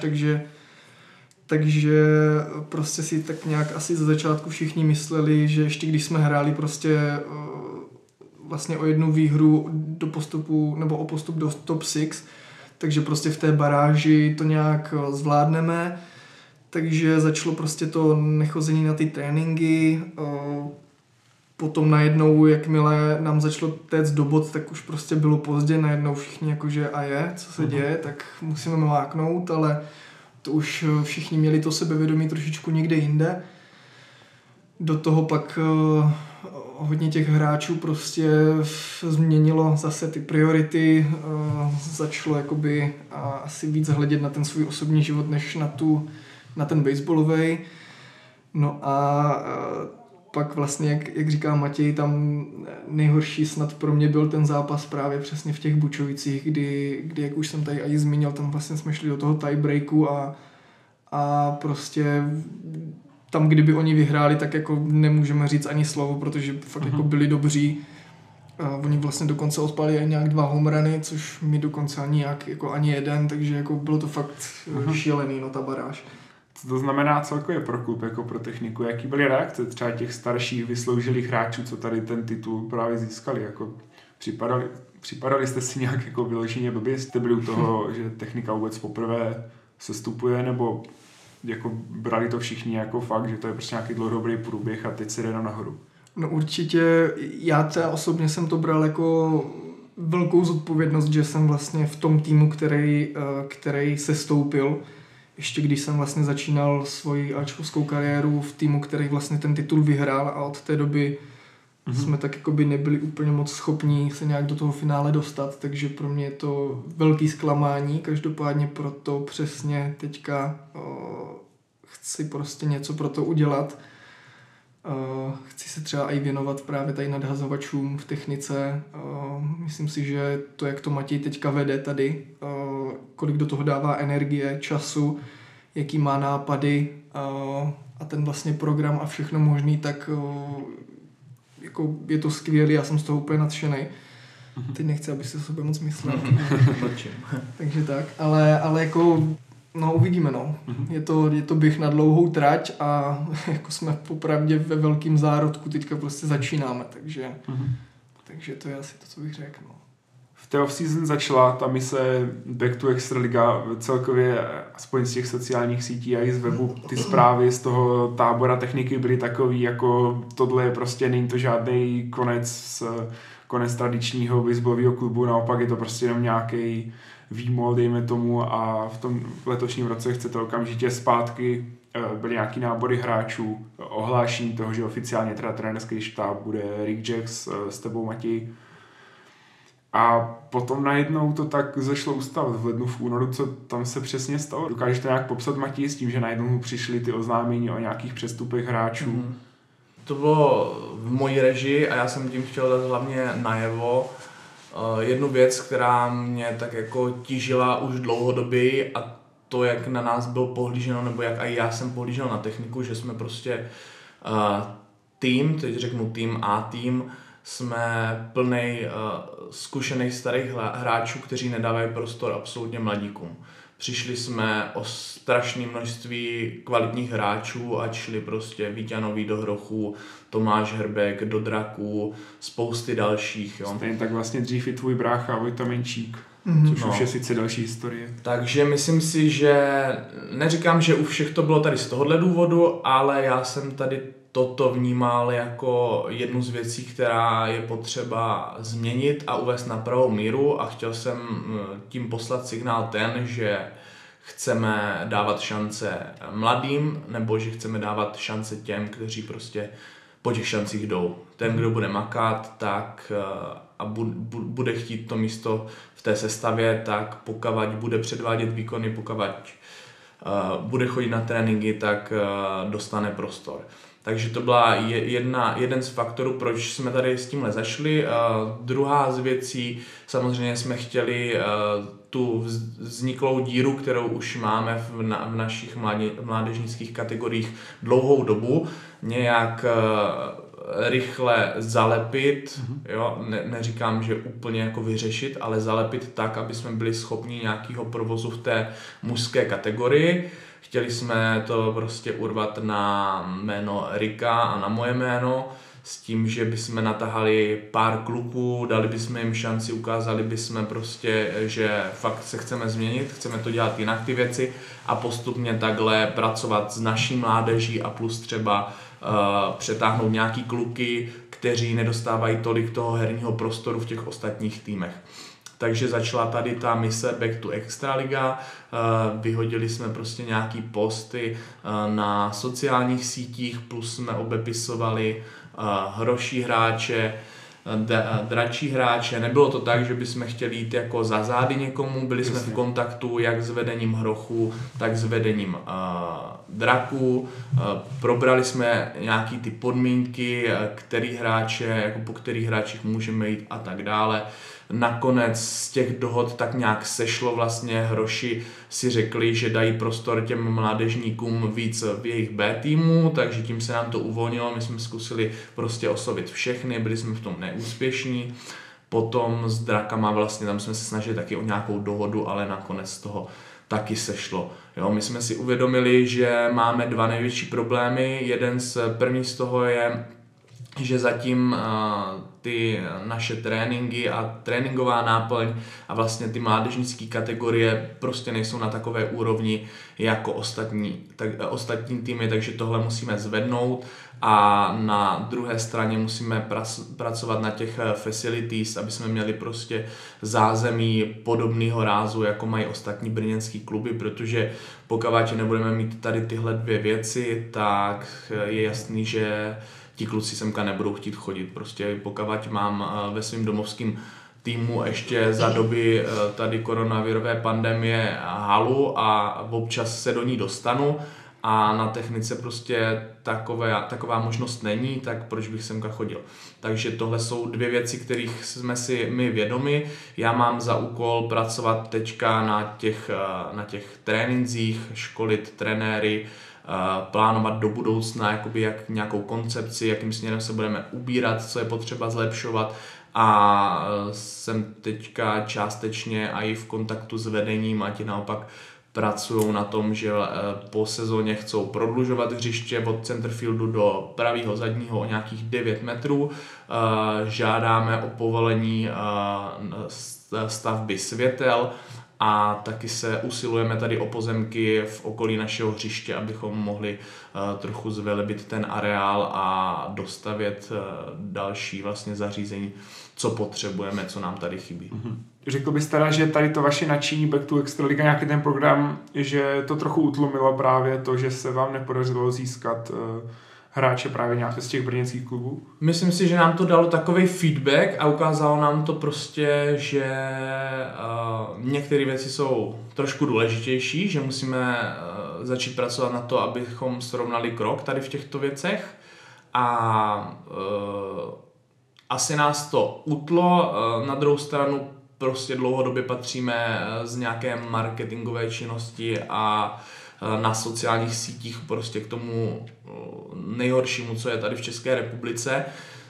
takže prostě si tak nějak asi ze začátku všichni mysleli, že ještě když jsme hráli prostě vlastně o jednu výhru do postupu nebo o postup do top 6, takže prostě v té baráži to nějak zvládneme, takže začalo prostě to nechození na ty tréninky, potom najednou, jakmile nám začalo téct do bod, tak už prostě bylo pozdě, najednou všichni jakože co se děje, tak musíme máknout, ale to už všichni měli to sebevědomí trošičku někde jinde. Do toho pak hodně těch hráčů prostě změnilo zase ty priority, začalo jakoby asi víc hledět na ten svůj osobní život, než na ten baseballovej. No a pak vlastně, jak říká Matěj, tam nejhorší snad pro mě byl ten zápas právě přesně v těch Bučovicích, kdy jak už jsem tady i zmínil, tam vlastně jsme šli do toho tiebreaku a prostě tam, kdyby oni vyhráli, tak jako nemůžeme říct ani slovo, protože fakt jako byli dobří. Oni vlastně dokonce odpali i nějak 2 homeruny, což mi dokonce ani jeden, takže jako bylo to fakt šílený, no ta baráž. Co to znamená celkově pro klub, jako pro techniku? Jaký byly reakce třeba těch starších vysloužilých hráčů, co tady ten titul právě získali? Jako připadali jste si nějak jako vyloženě blbě? Jste byli u toho, že technika vůbec poprvé sestupuje, nebo jako brali to všichni jako fakt, že to je prostě nějaký dlouhodobý průběh a teď se jde nahoru? No určitě, já osobně jsem to bral jako velkou zodpovědnost, že jsem vlastně v tom týmu, který se stoupil. Ještě když jsem vlastně začínal svoji áčkovskou kariéru v týmu, který vlastně ten titul vyhrál a od té doby jsme tak jakoby nebyli úplně moc schopní se nějak do toho finále dostat, takže pro mě je to velký zklamání, každopádně proto přesně teďka chci prostě něco pro to udělat. Chci se třeba i věnovat právě tady nadhazovačům v technice. Myslím si, že to, jak to Matěj teďka vede tady, kolik do toho dává energie, času, jaký má nápady a ten vlastně program a všechno možný, tak jako je to skvělý, já jsem z toho úplně nadšenej. Teď nechci, aby si o sobě moc myslel. Takže tak, ale jako no uvidíme, no. Je to běh na dlouhou trať a jako jsme popravdě ve velkým zárodku, teďka prostě začínáme, takže to je asi to, co bych řekl, no. V té off-season začala ta mise Back to Extraliga, celkově aspoň z těch sociálních sítí a i z webu ty zprávy z toho tábora techniky byly takový, jako tohle je prostě, není to žádný konec tradičního baseballového klubu, naopak je to prostě jenom nějaký výmol, dejme tomu, a v tom letošním roce chcete okamžitě zpátky, byly nějaký nábory hráčů, ohlášení toho, že oficiálně teda trenérský štáb bude Rick Jacks s tebou, Matěj. A potom najednou to tak začalo ustavat v lednu, v únoru, co tam se přesně stalo. Dokážeš to nějak popsat, Matěj, s tím, že najednou přišly ty oznámení o nějakých přestupech hráčů? To bylo v mojí režii a já jsem tím chtěl dát hlavně najevo jednu věc, která mě tak jako tížila už dlouhodobě, a to, jak na nás bylo pohlíženo, nebo jak i já jsem pohlížel na techniku, že jsme prostě tým, teď řeknu tým A tým, jsme plnej zkušených starých hráčů, kteří nedávají prostor absolutně mladíkům. Přišli jsme o strašné množství kvalitních hráčů, ať šli prostě Vítě Nový do Hrochů, Tomáš Hrbek do Draků, spousty dalších. Jo. Stejně tak vlastně dřív i tvůj brácha Vojta Menčík, což už je sice další historie. Takže myslím si, že neříkám, že u všech to bylo tady z tohohle důvodu, ale já jsem tady toto vnímal jako jednu z věcí, která je potřeba změnit a uvést na pravou míru a chtěl jsem tím poslat signál ten, že chceme dávat šance mladým nebo že chceme dávat šance těm, kteří prostě po těch šancích jdou. Ten, kdo bude makat, tak a bude chtít to místo v té sestavě, tak pokud bude předvádět výkony, pokud bude chodit na tréninky, tak dostane prostor. Takže to byla jeden z faktorů, proč jsme tady s tímhle zašli. Druhá z věcí, samozřejmě jsme chtěli tu vzniklou díru, kterou už máme v našich mládežnických kategoriích dlouhou dobu, nějak rychle zalepit, jo? Neříkám, že úplně jako vyřešit, ale zalepit tak, aby jsme byli schopni nějakého provozu v té mužské kategorii. Chtěli jsme to prostě urvat na jméno Rika a na moje jméno, s tím, že bychom natahali pár kluků, dali bychom jim šanci, ukázali bychom prostě, že fakt se chceme změnit, chceme to dělat jinak ty věci a postupně takhle pracovat s naší mládeží a plus třeba přetáhnout nějaký kluky, kteří nedostávají tolik toho herního prostoru v těch ostatních týmech. Takže začala tady ta mise Back to Extraliga, vyhodili jsme prostě nějaký posty na sociálních sítích, plus jsme obepisovali hroší hráče, dračí hráče. Nebylo to tak, že bychom chtěli jít jako za zády někomu, byli jsme v kontaktu jak s vedením Hrochů, tak s vedením Draků. Probrali jsme nějaký ty podmínky, který hráče, jako po kterých hráčích můžeme jít a tak dále. Nakonec z těch dohod tak nějak sešlo vlastně, Hroši si řekli, že dají prostor těm mládežníkům víc v jejich B týmu, takže tím se nám to uvolnilo, my jsme zkusili prostě oslovit všechny, byli jsme v tom neúspěšní. Potom s Drakama vlastně tam jsme se snažili taky o nějakou dohodu, ale nakonec toho taky sešlo. Jo, my jsme si uvědomili, že máme dva největší problémy. První z toho je, že zatím ty naše tréninky a tréninková náplň a vlastně ty mládežnické kategorie prostě nejsou na takové úrovni jako ostatní týmy, takže tohle musíme zvednout a na druhé straně musíme pracovat na těch facilities, aby jsme měli prostě zázemí podobného rázu, jako mají ostatní brněnský kluby, protože pokud nebudeme mít tady tyhle dvě věci, tak je jasný, že ti kluci semka nebudou chtít chodit. Prostě pokud mám ve svém domovském týmu ještě za doby tady koronavirové pandemie halu a občas se do ní dostanu a na technice prostě taková možnost není, tak proč bych semka chodil. Takže tohle jsou dvě věci, kterých jsme si my vědomi. Já mám za úkol pracovat teďka na těch trénincích, školit trenéry, plánovat do budoucna jakoby jak nějakou koncepci, jakým směrem se budeme ubírat, co je potřeba zlepšovat a jsem teďka částečně i v kontaktu s vedením a ti naopak pracují na tom, že po sezóně chcou prodlužovat hřiště od centerfieldu do pravého zadního o nějakých 9 metrů. Žádáme o povolení stavby světel a taky se usilujeme tady o pozemky v okolí našeho hřiště, abychom mohli trochu zvelebit ten areál a dostavět další vlastně zařízení, co potřebujeme, co nám tady chybí. Řekl bys teda, že tady to vaše nadšení Back to Extraliga, nějaký ten program, že to trochu utlumilo právě to, že se vám nepodařilo získat hráče právě nějaké z těch brněnských klubů? Myslím si, že nám to dalo takový feedback a ukázalo nám to prostě, že některé věci jsou trošku důležitější, že musíme začít pracovat na to, abychom srovnali krok tady v těchto věcech a asi nás to utlo. Na druhou stranu prostě dlouhodobě patříme z nějaké marketingové činnosti a na sociálních sítích prostě k tomu nejhoršímu, co je tady v České republice.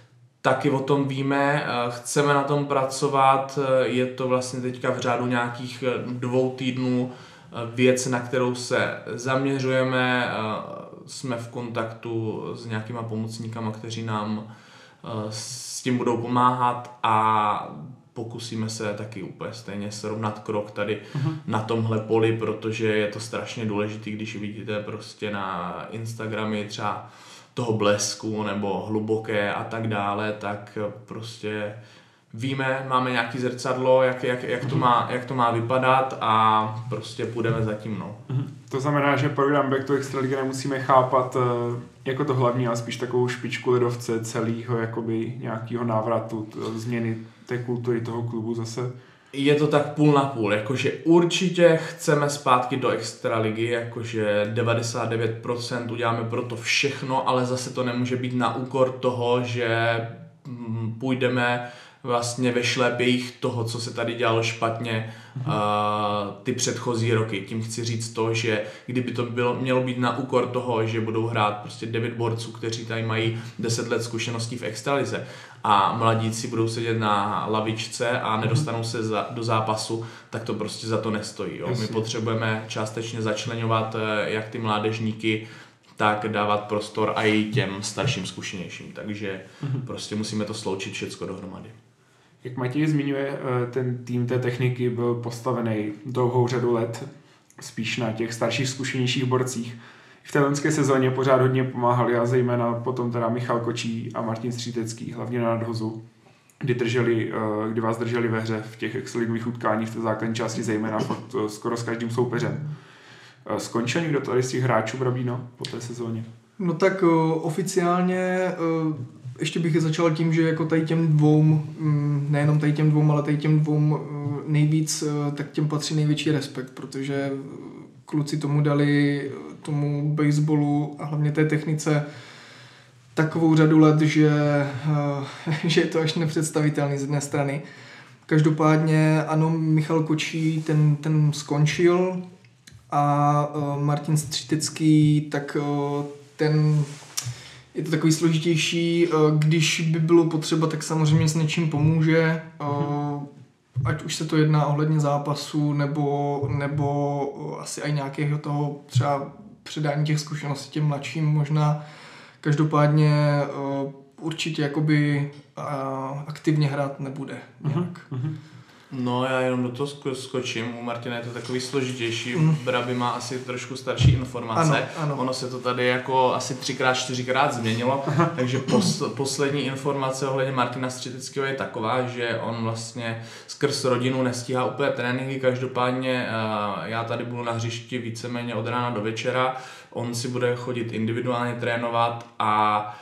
taky o tom víme, chceme na tom pracovat, je to vlastně teďka v řádu nějakých 2 týdnů věc, na kterou se zaměřujeme, jsme v kontaktu s nějakýma pomocníkama, kteří nám s tím budou pomáhat a pokusíme se taky úplně stejně srovnat krok tady na tomhle poli, protože je to strašně důležitý, když vidíte prostě na Instagramy třeba toho Blesku nebo Hluboké a tak dále, tak prostě víme, máme nějaký zrcadlo, jak to má vypadat a prostě půjdeme za tím. No. To znamená, že program Back to Extraliga nemusíme chápat jako to hlavní, ale spíš takovou špičku ledovce celého jakoby nějakého návratu, změny té kultury toho klubu zase. Je to tak půl na půl, jakože určitě chceme zpátky do Extraligy, jakože 99% uděláme pro to všechno, ale zase to nemůže být na úkor toho, že půjdeme vlastně ve šlépějích toho, co se tady dělalo špatně ty předchozí roky. Tím chci říct to, že kdyby to mělo být na úkor toho, že budou hrát prostě 9 borců, kteří tady mají 10 let zkušeností v extralize a mladíci budou sedět na lavičce a nedostanou se do zápasu, tak to prostě za to nestojí. Jo? My potřebujeme částečně začleňovat jak ty mládežníky, tak dávat prostor a i těm starším zkušenějším. Takže prostě musíme to sloučit všecko dohromady. Jak Matěj zmiňuje, ten tým té techniky byl postavený dlouhou řadu let spíš na těch starších zkušenějších borcích. V té loňské sezóně pořád hodně pomáhali a zejména potom teda Michal Kočí a Martin Střítecký, hlavně na nadhozu, kdy vás drželi ve hře v těch extraligových utkáních v té základní části, zejména skoro s každým soupeřem. Skončil někdo tady z těch hráčů Brabíno po té sezóně? No tak oficiálně ještě bych začal tím, že jako tady těm 2, nejenom tady těm 2, ale tady těm 2 nejvíc, tak těm patří největší respekt, protože kluci tomu dali, tomu baseballu a hlavně té technice takovou řadu let, že je to až nepředstavitelný z jedné strany. Každopádně ano, Michal Kočí, ten skončil a Martin Střítecký, tak ten je to takový složitější, když by bylo potřeba, tak samozřejmě s něčím pomůže, ať už se to jedná ohledně zápasu, nebo asi i nějakého toho třeba předání těch zkušeností těm mladším možná. Každopádně určitě jakoby aktivně hrát nebude nějak. No já jenom do toho skočím, u Martina je to takový složitější, Brabi má asi trošku starší informace, ano. Ono se to tady jako asi 3x, 4x změnilo, takže poslední informace ohledně Martina Stříteckého je taková, že on vlastně skrz rodinu nestíhá úplně tréninky, každopádně já tady budu na hřišti víceméně od rána do večera, on si bude chodit individuálně trénovat a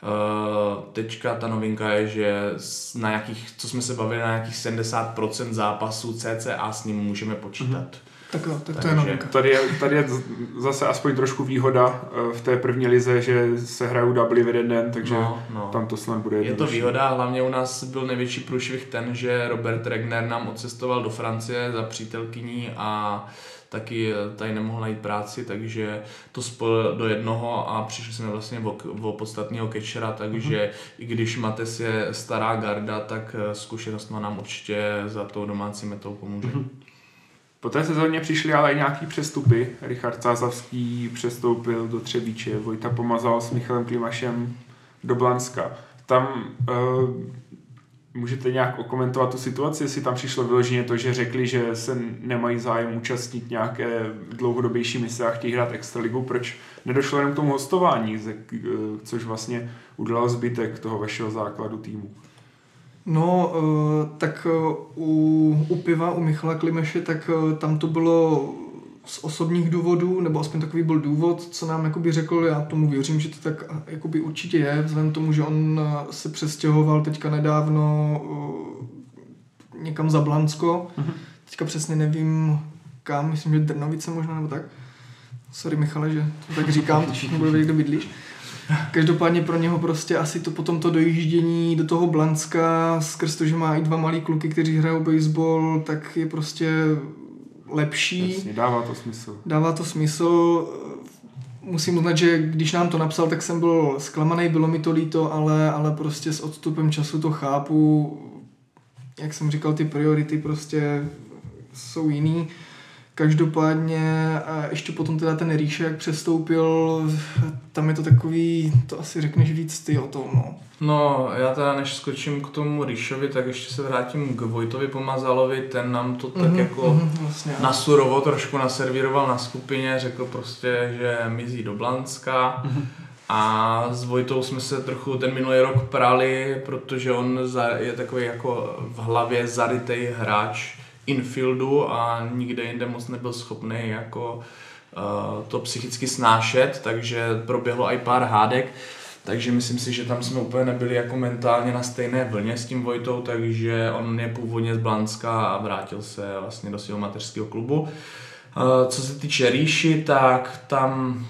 teďka ta novinka je, že na nějakých, co jsme se bavili, na nějakých 70% zápasů CCA s ním můžeme počítat. Tak to je novinka. Tady je zase aspoň trošku výhoda v té první lize, že se hrajou dubly v jeden den, takže tam to snad bude jednodušší. Je to výhoda, hlavně u nás byl největší průšvih ten, že Robert Regner nám odcestoval do Francie za přítelkyní a taky tady nemohl najít práci, takže to spojil do jednoho a přišli jsme vlastně o podstatného catchera, takže i když Mates je stará garda, tak zkušenost nám určitě za tou domácí metou pomůže. Po té sezóně přišly ale i nějaký přestupy. Richard Sázavský přestoupil do Třebíče, Vojta Pomazal s Michalem Klimašem do Blanska. Tam můžete nějak okomentovat tu situaci, jestli tam přišlo vyloženě to, že řekli, že se nemají zájem účastnit nějaké dlouhodobější mise a chtějí hrát extraligu, proč nedošlo jenom k tomu hostování, což vlastně udělal zbytek toho vašeho základu týmu? No, tak u piva, u Michala Klimeše, tak tam to bylo z osobních důvodů, nebo aspoň takový byl důvod, co nám jakoby řekl, já tomu věřím, že to tak jakoby určitě je, vzhledem k tomu, že on se přestěhoval teďka nedávno někam za Blansko, teďka přesně nevím kam, myslím, že Drnovice možná, nebo tak. Sorry Michale, že to tak říkám, to všichni budou vědět, kde bydlíš. Každopádně pro něho prostě asi to potom to dojíždění do toho Blanska, skrz to, že má i 2 malí kluky, kteří hrajou baseball, tak je prostě lepší. Jasně, dává to smysl. Dává to smysl. musím uznat, že když nám to napsal, tak jsem byl zklamaný, bylo mi to líto, ale prostě s odstupem času to chápu. Jak jsem říkal, ty priority prostě jsou jiný. Každopádně a ještě potom teda ten Ríša, jak přestoupil, tam je to takový, to asi řekneš víc ty o tom, no. No, já teda než skočím k tomu Ríšovi, tak ještě se vrátím k Vojtovi Pomazalovi, ten nám to tak jako vlastně, na surovo trošku naservíroval na skupině, řekl prostě, že mizí do Blanska a s Vojtou jsme se trochu ten minulý rok prali, protože on je takový jako v hlavě zarytej hráč infieldu a nikde jinde moc nebyl schopný jako to psychicky snášet, takže proběhlo i pár hádek. Takže myslím si, že tam jsme úplně nebyli jako mentálně na stejné vlně s tím Vojtou, takže on je původně z Blanska a vrátil se vlastně do svého mateřského klubu. Co se týče Ríši, tak tam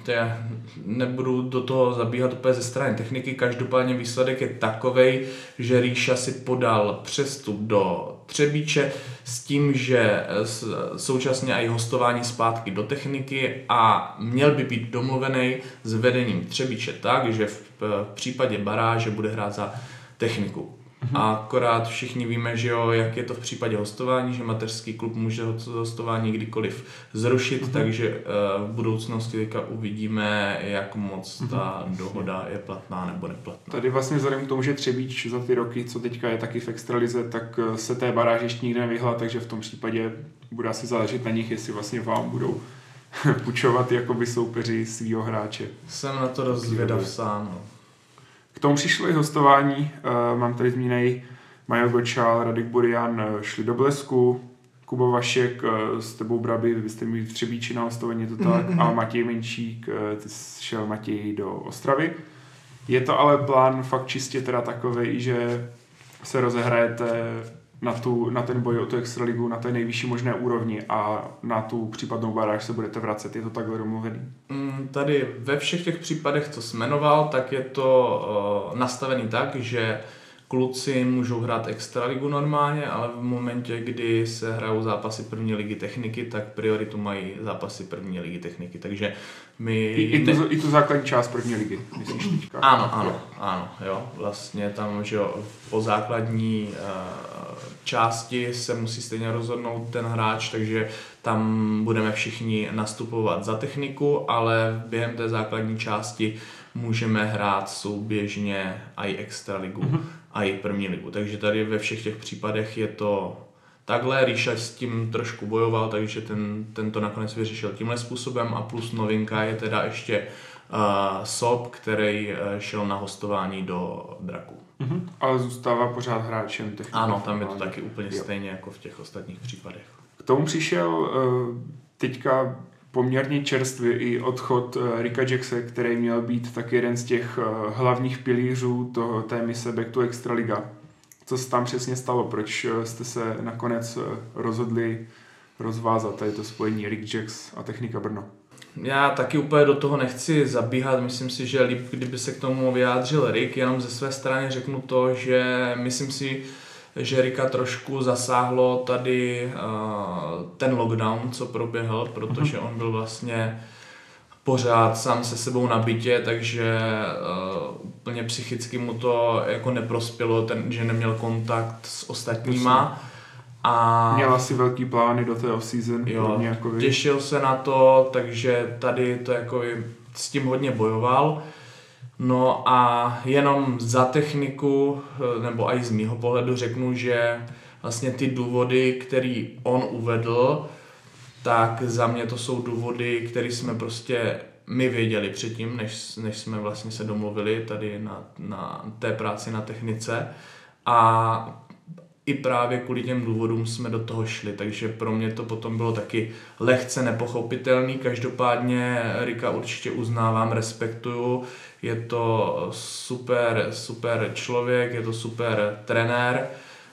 nebudu do toho zabíhat úplně ze strany techniky, každopádně výsledek je takovej, že Ríša si podal přestup do Třebíče s tím, že současně i hostování zpátky do techniky a měl by být domluvený s vedením Třebíče tak, že v případě baráže bude hrát za techniku. A akorát všichni víme, že jo, jak je to v případě hostování, že mateřský klub může hostování kdykoliv zrušit, takže v budoucnosti teďka uvidíme, jak moc ta dohoda je platná nebo neplatná. Tady vlastně vzhledem k tomu, že Třebíč za ty roky, co teďka je taky v extralize, tak se té baráže ještě nikdy nevyhla, takže v tom případě bude asi záležet na nich, jestli vlastně vám budou půjčovat jakoby soupeři svýho hráče. Jsem na to dost zvědav sám. No. K tomu přišlo i hostování, mám tady zmíněný Majo Gočál, Radek Burian šli do Blesku, Kuba Vašek s tebou Braby, vy jste měli v Třebíči na hostování, to tak, a Matěj Menšík, ty šel Matěj do Ostravy. Je to ale plán fakt čistě teda takovej, že se rozehrajete na ten boj o tu extraligu na té nejvyšší možné úrovni a na tu případnou baráž se budete vracet. Je to takhle domluvený? Tady ve všech těch případech, co jsi jmenoval, tak je to nastavený tak, že kluci můžou hrát extraligu normálně, ale v momentě, kdy se hrajou zápasy první ligy techniky, tak prioritu mají zápasy první ligy techniky, takže my... I tu základní část první ligy, myslíš teďka? Ano, jo, vlastně tam, že jo, po základní části se musí stejně rozhodnout ten hráč, takže tam budeme všichni nastupovat za techniku, ale během té základní části můžeme hrát souběžně i extraligu a i první ligu. Takže tady ve všech těch případech je to takhle. Ríša s tím trošku bojoval, takže ten to nakonec vyřešil tímhle způsobem a plus novinka je teda ještě Sob, který šel na hostování do Draku. Ale zůstává pořád hráčem techniky. Ano, tam je to taky úplně stejně jako v těch ostatních případech. K tomu přišel teďka poměrně čerstvý i odchod Ricka Jackse, který měl být tak jeden z těch hlavních pilířů té mise Back to Extraliga. Co se tam přesně stalo? Proč jste se nakonec rozhodli rozvázat tady to spojení Rick Jacks a Technika Brno? Já taky úplně do toho nechci zabíhat, myslím si, že líp, kdyby se k tomu vyjádřil Rick, jenom ze své strany řeknu to, že myslím si, že Ricka trošku zasáhlo tady ten lockdown, co proběhl, protože on byl vlastně pořád sám se sebou na bytě, takže úplně psychicky mu to jako neprospělo, že neměl kontakt s ostatníma. A měl asi velký plány do té off-season. Jo, těšil se na to, takže tady to jako s tím hodně bojoval. No a jenom za techniku, nebo i z mýho pohledu řeknu, že vlastně ty důvody, který on uvedl, tak za mě to jsou důvody, které jsme prostě my věděli předtím, než jsme vlastně se domluvili tady na té práci na technice. A i právě kvůli těm důvodům jsme do toho šli, takže pro mě to potom bylo taky lehce nepochopitelný. Každopádně Ricka určitě uznávám, respektuju, je to super člověk, je to super trenér,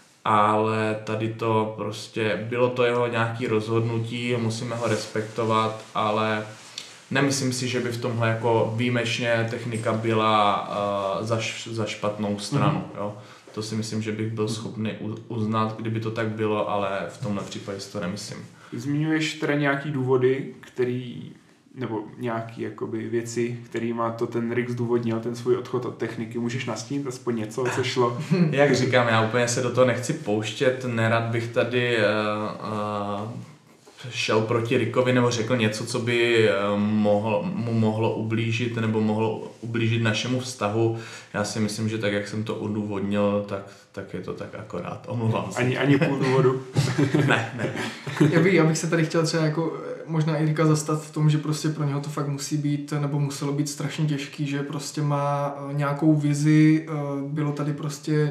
ale tady to prostě bylo to jeho nějaký rozhodnutí, musíme ho respektovat, ale nemyslím si, že by v tomhle jako výjimečně technika byla za špatnou stranu. Jo. To si myslím, že bych byl schopný uznat, kdyby to tak bylo, ale v tomhle případě si to nemyslím. Zmiňuješ teda nějaký důvody, který nebo nějaký jakoby věci, kterýma to ten Rick zdůvodnil, ten svůj odchod od techniky. Můžeš nastínit aspoň něco, co šlo? Jak říkám, já úplně se do toho nechci pouštět, nerad bych tady šel proti Rickovi nebo řekl něco, co by mu mohlo ublížit nebo mohlo ublížit našemu vztahu. Já si myslím, že tak, jak jsem to odůvodnil, tak je to tak akorát. Omlouvám se. Ani půl důvodu? Ne. Já bych se tady chtěl třeba jako možná i Ricka zastat v tom, že prostě pro něho to fakt musí být, nebo muselo být strašně těžký, že prostě má nějakou vizi, bylo tady prostě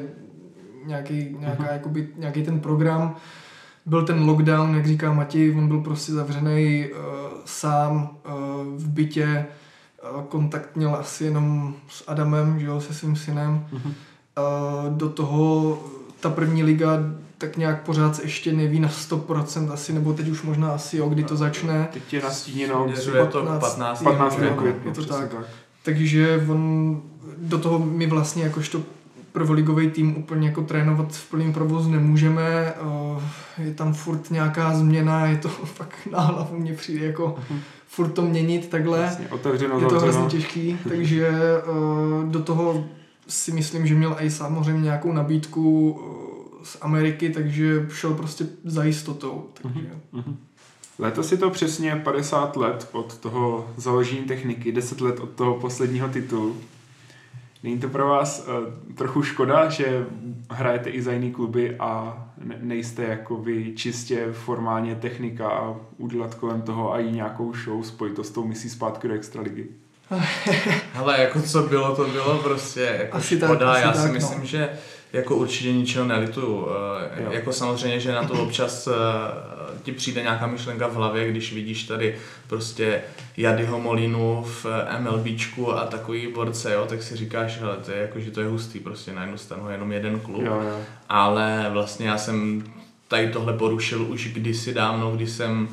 nějaký ten program, byl ten lockdown, jak říká Matěj, on byl prostě zavřenej sám v bytě, kontakt měl asi jenom s Adamem, že jo, se svým synem. Do toho ta první liga tak nějak pořád se ještě neví na 100% asi, nebo teď už možná asi jo, kdy to začne. Teď je nastíněno, je to 15. května. Je to tak. Takže on do toho my vlastně jakožto prvoligový tým úplně jako trénovat v plném provozu nemůžeme, je tam furt nějaká změna, je to fakt na hlavu mě přijde jako furt to měnit takhle, vlastně, je to hrozně těžký, takže do toho si myslím, že měl i samozřejmě nějakou nabídku z Ameriky, takže šel prostě za jistotou. Takže. Letos je to přesně 50 let od toho založení techniky, 10 let od toho posledního titulu. Není to pro vás trochu škoda, že hrajete i za jiný kluby a nejste jako vy čistě formálně technika a udělat kolem toho a i nějakou show spojit to s tou misí zpátky do extraligy? Hele, jako co bylo, to bylo prostě jako asi škoda. tak, já si tak, myslím, že jako určitě ničeho nelituju. Jako samozřejmě, že na to občas ti přijde nějaká myšlenka v hlavě, když vidíš tady prostě Jadyho Molínu v MLBčku a takový borce, jo, tak si říkáš, hele, to je jako, že to je hustý, prostě na jednu stranu jenom jeden klub. Jo. Ale vlastně já jsem tady tohle porušil už kdysi dávno, když jsem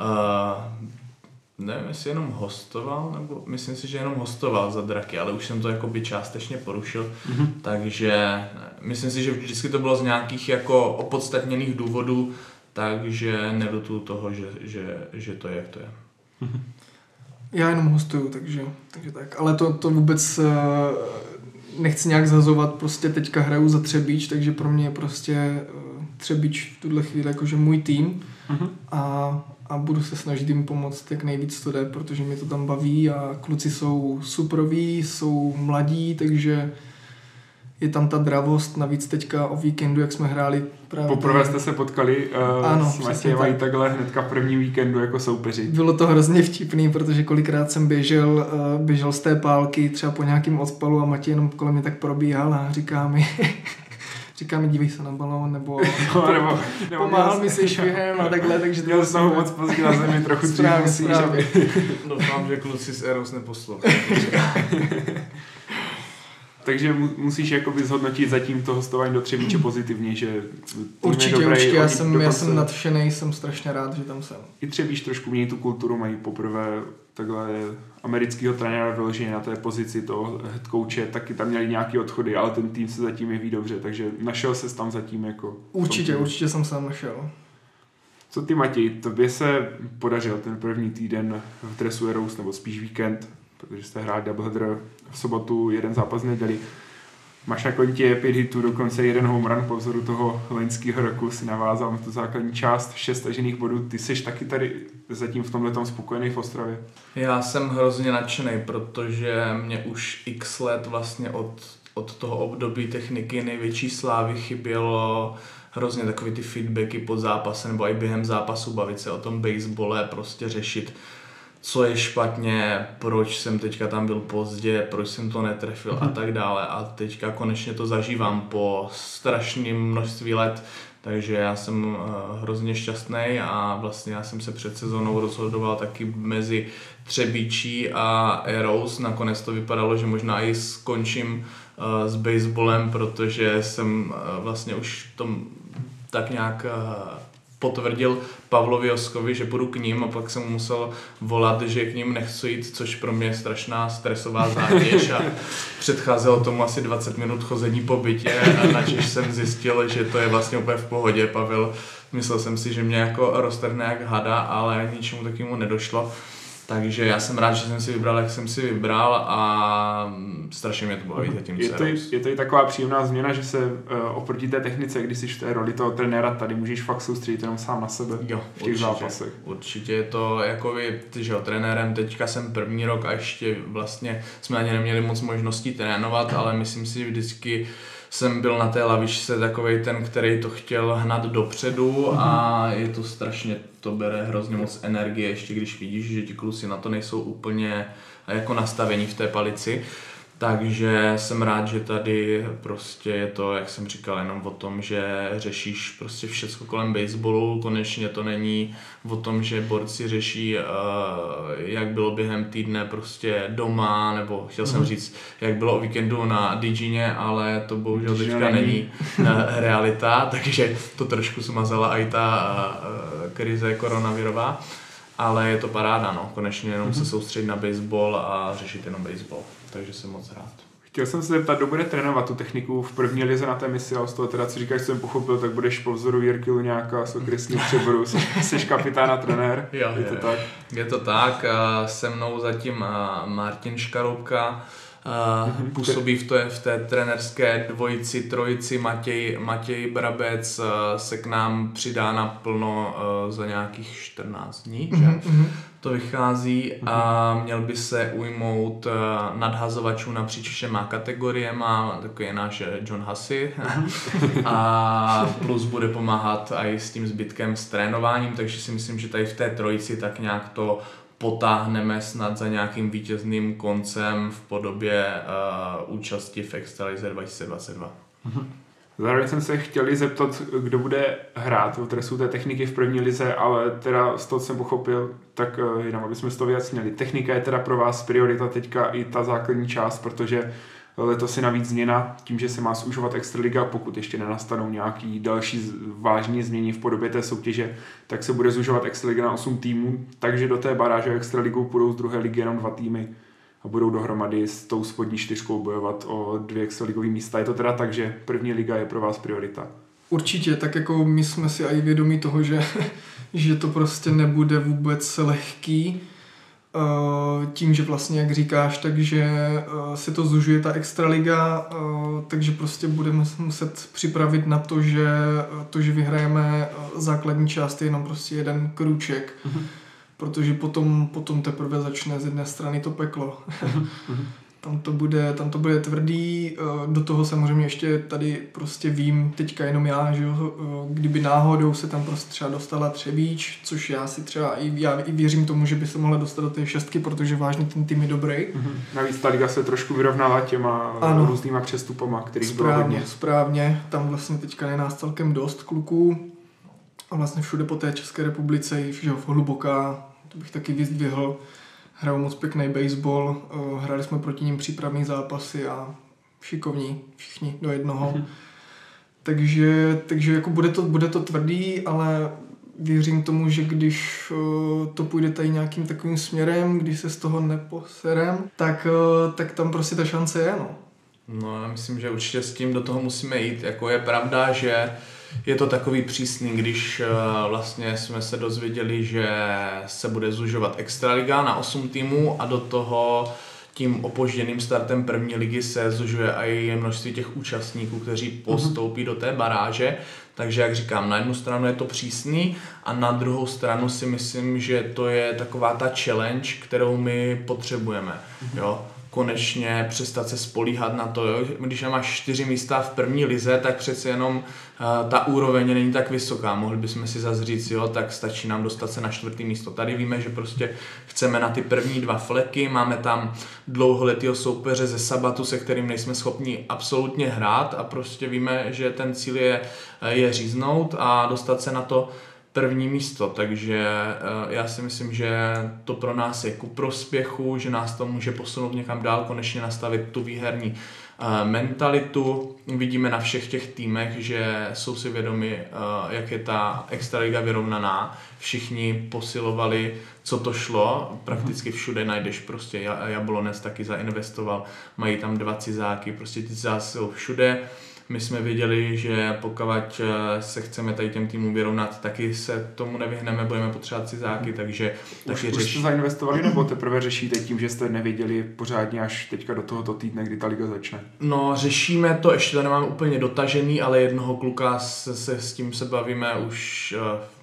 nevím, jestli jenom hostoval, nebo myslím si, že jenom hostoval za Draky, ale už jsem to jakoby částečně porušil, takže myslím si, že vždycky to bylo z nějakých jako opodstatněných důvodů, takže nelutuju toho, že to je, jak to je. Já jenom hostuju, takže tak, ale to vůbec nechci nějak zhazovat, prostě teďka hraju za Třebíč, takže pro mě je prostě Třebíč v tuhle chvíli jakože můj tým a budu se snažit jim pomoct, jak nejvíc to jde, protože mě to tam baví a kluci jsou superoví, jsou mladí, takže je tam ta dravost, navíc teďka o víkendu, jak jsme hráli právě... Poprvé jste se potkali ano, s Matějem tak. Takhle hnedka v prvním víkendu jako soupeři. Bylo to hrozně vtipný, protože kolikrát jsem běžel z té pálky třeba po nějakým odpalu a Matěj jenom kolem mě tak probíhal a říká mi, dívej se na balón, nebo pomáhal mi se švihem a takhle, takže... Měl snahu moc pozdě na zemi, trochu správně. Doufám, že kluci z Eros neposlouchají. Takže musíš jakoby zhodnotit zatím to hostování do Třebíče pozitivně, že určitě, já jsem nadšenej, jsem strašně rád, že tam jsem. I Třebíč trošku mění tu kulturu, mají poprvé takhle amerického trenéra vyloženě na té pozici toho head coache, taky tam měli nějaké odchody, ale ten tým se zatím jeví dobře, takže našel ses tam zatím jako... Určitě jsem se tam našel. Co ty, Matěj, tobě se podařil ten první týden v dresu Heroes, nebo spíš víkend, protože jste hráli doubleheader v sobotu, jeden zápas v neděli. Máš na kontě 5 hitů, dokonce 1 home run po vzoru toho loňského roku, si navázal na tu základní část, 6 stažených bodů. Ty jsi taky tady zatím v tomhletom spokojený v Ostravě? Já jsem hrozně nadšený, protože mě už x let vlastně od toho období techniky největší slávy chybělo hrozně takový ty feedbacky pod zápasem nebo i během zápasu, bavit se o tom basebole, prostě řešit, co je špatně, proč jsem teďka tam byl pozdě, proč jsem to netrefil a tak dále. A teďka konečně to zažívám po strašném množství let, takže já jsem hrozně šťastný a vlastně já jsem se před sezónou rozhodoval taky mezi Třebíčí a Heroes. Nakonec to vypadalo, že možná i skončím s baseballem, protože jsem vlastně už tom tak nějak potvrdil Pavlovi Joskovi, že půjdu k ním a pak jsem musel volat, že k ním nechci jít, což pro mě je strašná stresová zátěž a předcházelo tomu asi 20 minut chození po bytě a načež jsem zjistil, že to je vlastně úplně v pohodě. Pavel, myslel jsem si, že mě jako roztrhne jak hada, ale ničemu takovému nedošlo. Takže já jsem rád, že jsem si vybral, jak jsem si vybral a strašně mě to baví zatím. Je to i taková příjemná změna, že se oproti té technice, když jsi v té roli toho trenéra, tady můžeš fakt soustředit jenom sám na sebe v těch zápasech. Určitě je to jakoby, že trenérem teďka jsem první rok a ještě vlastně jsme ani neměli moc možností trénovat, ale myslím si, že vždycky jsem byl na té lavičce takovej ten, který to chtěl hnat dopředu a je to strašně, to bere hrozně moc energie, ještě když vidíš, že ti kluci na to nejsou úplně jako nastavení v té palici. Takže jsem rád, že tady prostě je to, jak jsem říkal, jenom o tom, že řešíš prostě všecko kolem baseballu. Konečně to není o tom, že borci řeší, jak bylo během týdne prostě doma, nebo chtěl jsem říct, jak bylo o víkendu na Digině, ale to bohužel teďka není realita, takže to trošku smazala i ta krize koronavirová. Ale je to paráda, no. Konečně jenom se soustředit na baseball a řešit jenom baseball. Takže jsem moc rád. Chtěl jsem se zeptat, kdo bude trénovat tu techniku v první lize na té misi, a z toho teda, co říkáš, co jsem pochopil, tak budeš po vzoru Jirky Luňáka z okresního Přeboru, jsi kapitán a trenér. Je to tak? Je to tak, se mnou zatím Martin Škarubka, působí v té trenerské dvojici, trojici, Matěj Brabec se k nám přidá naplno za nějakých 14 dní, že? To vychází a měl by se ujmout nadhazovačů napříč všema kategoriema, takový je náš John Hussey a plus bude pomáhat i s tím zbytkem s trénováním, takže si myslím, že tady v té trojici tak nějak to potáhneme snad za nějakým vítězným koncem v podobě účasti v Extralize 2022. Zároveň jsem se chtěli zeptat, kdo bude hrát v dresu té techniky v první lize, ale teda z toho jsem pochopil, tak jenom aby jsme z toho vyjasnili. Technika je teda pro vás priorita teďka i ta základní část, protože letos je navíc změna tím, že se má zúžovat Extraliga, pokud ještě nenastanou nějaký další vážné změny v podobě té soutěže, tak se bude zúžovat Extraliga na 8 týmů, takže do té baráže Extraligou půjdou z druhé ligy jenom 2 týmy a budou dohromady s tou spodní 4 bojovat o 2 extraligové místa. Je to teda tak, že první liga je pro vás priorita? Určitě, tak jako my jsme si i vědomí toho, že to prostě nebude vůbec lehký. Tím, že vlastně, jak říkáš, takže se to zužuje ta extraliga, takže prostě budeme muset připravit na to, že vyhrajeme základní část, je jenom prostě jeden krůček. Protože potom teprve začne z jedné strany to peklo. Tam to bude tvrdý, do toho samozřejmě ještě tady prostě vím teďka jenom já, že jo, kdyby náhodou se tam prostě třeba dostala Třebíč, což já i věřím tomu, že by se mohla dostat do té 6, protože vážně ten tým je dobrý. Navíc ta liga se trošku vyrovnala těma různýma přestupama, kterých bylo hodně. Správně, tam vlastně teďka je nás celkem dost kluků a vlastně všude po té České republice, že jo, Hluboká, to bych taky vyzdvihl, hrajou moc pěkný baseball, hráli jsme proti ním přípravné zápasy a šikovní všichni do jednoho. Takže jako bude to tvrdý, ale věřím tomu, že když to půjde tady nějakým takovým směrem, když se z toho neposerem, tak tam prostě ta šance je, no. No, já myslím, že určitě s tím do toho musíme jít. Jako je pravda, že je to takový přísný, když vlastně jsme se dozvěděli, že se bude zužovat Extraliga na 8 týmů a do toho tím opožděným startem první ligy se zužuje i množství těch účastníků, kteří postoupí do té baráže. Takže jak říkám, na jednu stranu je to přísný a na druhou stranu si myslím, že to je taková ta challenge, kterou my potřebujeme. Jo? Konečně přestat se spolíhat na to, jo? Když máš 4 místa v první lize, tak přece jenom ta úroveň není tak vysoká. Mohli bychom si zase říct, jo, tak stačí nám dostat se na 4. místo. Tady víme, že prostě chceme na ty první 2 fleky, máme tam dlouholetýho soupeře ze Sabatu, se kterým nejsme schopni absolutně hrát a prostě víme, že ten cíl je říznout a dostat se na to první místo, takže já si myslím, že to pro nás je ku prospěchu, že nás to může posunout někam dál, konečně nastavit tu výherní mentalitu. Vidíme na všech těch týmech, že jsou si vědomi, jak je ta extraliga vyrovnaná. Všichni posilovali, co to šlo. Prakticky všude najdeš prostě. Jablonec taky zainvestoval. Mají tam 2 cizáky, prostě ty cizáci jsou všude. my jsme věděli, že pokud se chceme tady těm týmům vyrovnat, taky se tomu nevyhneme, budeme potřebovat cizáky, takže už jste zainvestovali nebo teprve řešíte tím, že jste nevěděli pořádně až teďka do tohoto týdne, kdy ta liga začne? No, řešíme to, ještě to nemáme úplně dotažený, ale jednoho kluka se s tím se bavíme už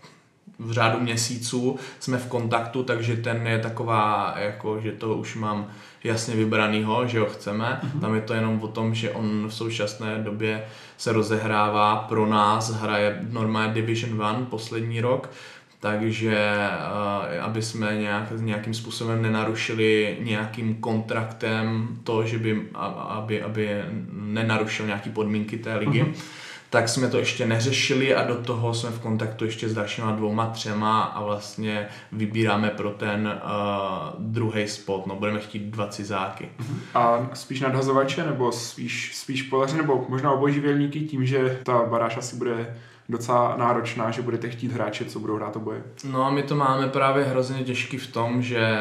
v řádu měsíců, jsme v kontaktu, takže ten je taková, jako, že to už mám jasně vybranýho, že ho chceme. Tam je to jenom o tom, že on v současné době se rozehrává pro nás, hraje normálně Division 1 poslední rok, takže aby jsme nějakým způsobem nenarušili nějakým kontraktem to, že by, aby nenarušil nějaký podmínky té ligy, tak jsme to ještě neřešili a do toho jsme v kontaktu ještě s dalšíma 2, 3 a vlastně vybíráme pro ten druhý spot, no budeme chtít 2 cizáky. A spíš nadhazovače nebo spíš polaře nebo možná obojživelníky tím, že ta baráž asi bude docela náročná, že budete chtít hráče, co budou hrát oboje? No a my to máme právě hrozně těžký v tom, že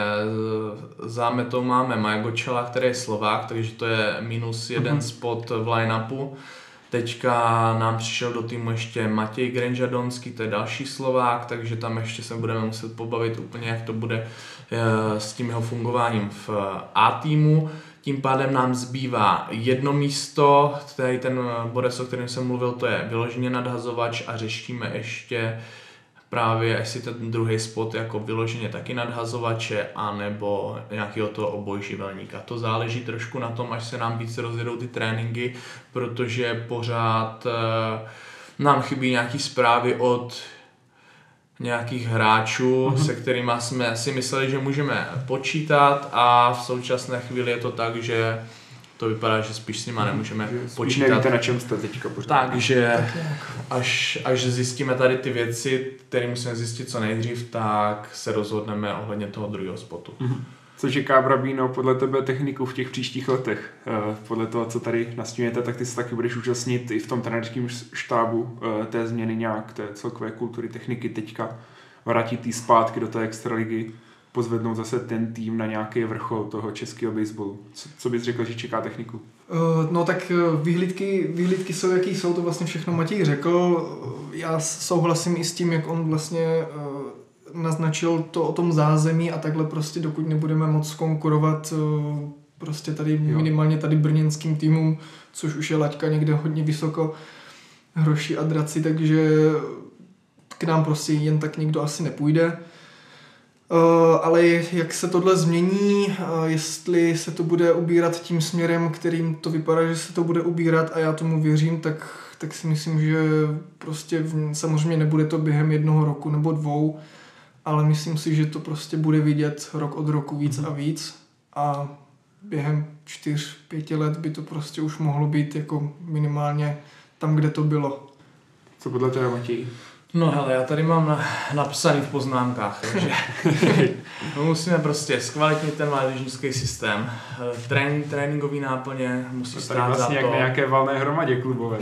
za metou máme Majgočela, který je Slovák, takže to je -1 spot v line-upu. Teďka nám přišel do týmu ještě Matěj Grenžadonský, to je další Slovák, takže tam ještě se budeme muset pobavit úplně, jak to bude s tím jeho fungováním v A týmu. Tím pádem nám zbývá 1 místo, tady ten bodec, o kterém jsem mluvil, to je vyloženě nadhazovač a řešíme ještě právě jestli ten druhý spot jako vyloženě taky nadhazovače anebo nějakého toho obojživelníka. To záleží trošku na tom, až se nám víc rozjedou ty tréninky, protože pořád nám chybí nějaký zprávy od nějakých hráčů, se kterými jsme si mysleli, že můžeme počítat a v současné chvíli je to tak, že to vypadá, že spíš s nima nemůžeme počítat. Nevíte, na čem jste teďka pořád. Takže až zjistíme tady ty věci, které musíme zjistit co nejdřív, tak se rozhodneme ohledně toho druhého spotu. Co čeká Brabíno podle tebe techniku v těch příštích letech? Podle toho, co tady nastínujete, tak ty se taky budeš účastnit i v tom trenérském štábu té změny nějak, té celkové kultury techniky teďka, vrátit jí zpátky do té extraligy, pozvednout zase ten tým na nějaký vrchol toho českého baseballu. Co bys řekl, že čeká techniku? No tak výhlídky jsou, jaký jsou, to vlastně všechno Matěj řekl. Já souhlasím i s tím, jak on vlastně naznačil to o tom zázemí a takhle prostě dokud nebudeme moc konkurovat prostě tady minimálně tady brněnským týmům, což už je laťka někde hodně vysoko, Hroši a Draci, takže k nám prostě jen tak nikdo asi nepůjde. Ale jak se tohle změní, jestli se to bude ubírat tím směrem, kterým to vypadá, že se to bude ubírat a já tomu věřím, tak si myslím, že prostě samozřejmě nebude to během 1 roku nebo 2, ale myslím si, že to prostě bude vidět rok od roku víc a víc a během 4-5 let by to prostě už mohlo být jako minimálně tam, kde to bylo. Co podle tebe, Matěj? No hele, já tady mám napsaný v poznámkách, takže musíme prostě zkvalitnit ten mládežnický systém. Tréninkový náplně musí stát vlastně za to. Jak na nějaké valné hromadě klubové.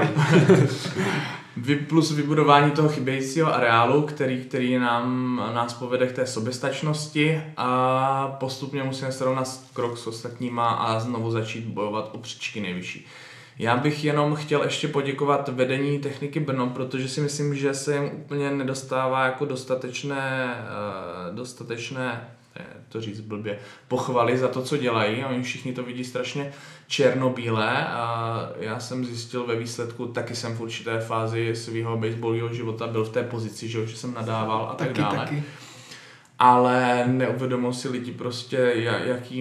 Plus vybudování toho chybějícího areálu, který nás povede k té soběstačnosti a postupně musíme srovnat krok s ostatníma a znovu začít bojovat o příčky nejvyšší. Já bych jenom chtěl ještě poděkovat vedení Techniky Brno, protože si myslím, že se jim úplně nedostává jako dostatečné to říct blbě, pochvaly za to, co dělají. Oni všichni to vidí strašně černobílé a já jsem zjistil ve výsledku, taky jsem v určité fázi svého baseballového života byl v té pozici, že jsem nadával a tak dále. Taky. Ale neuvědomují si lidi prostě, jaký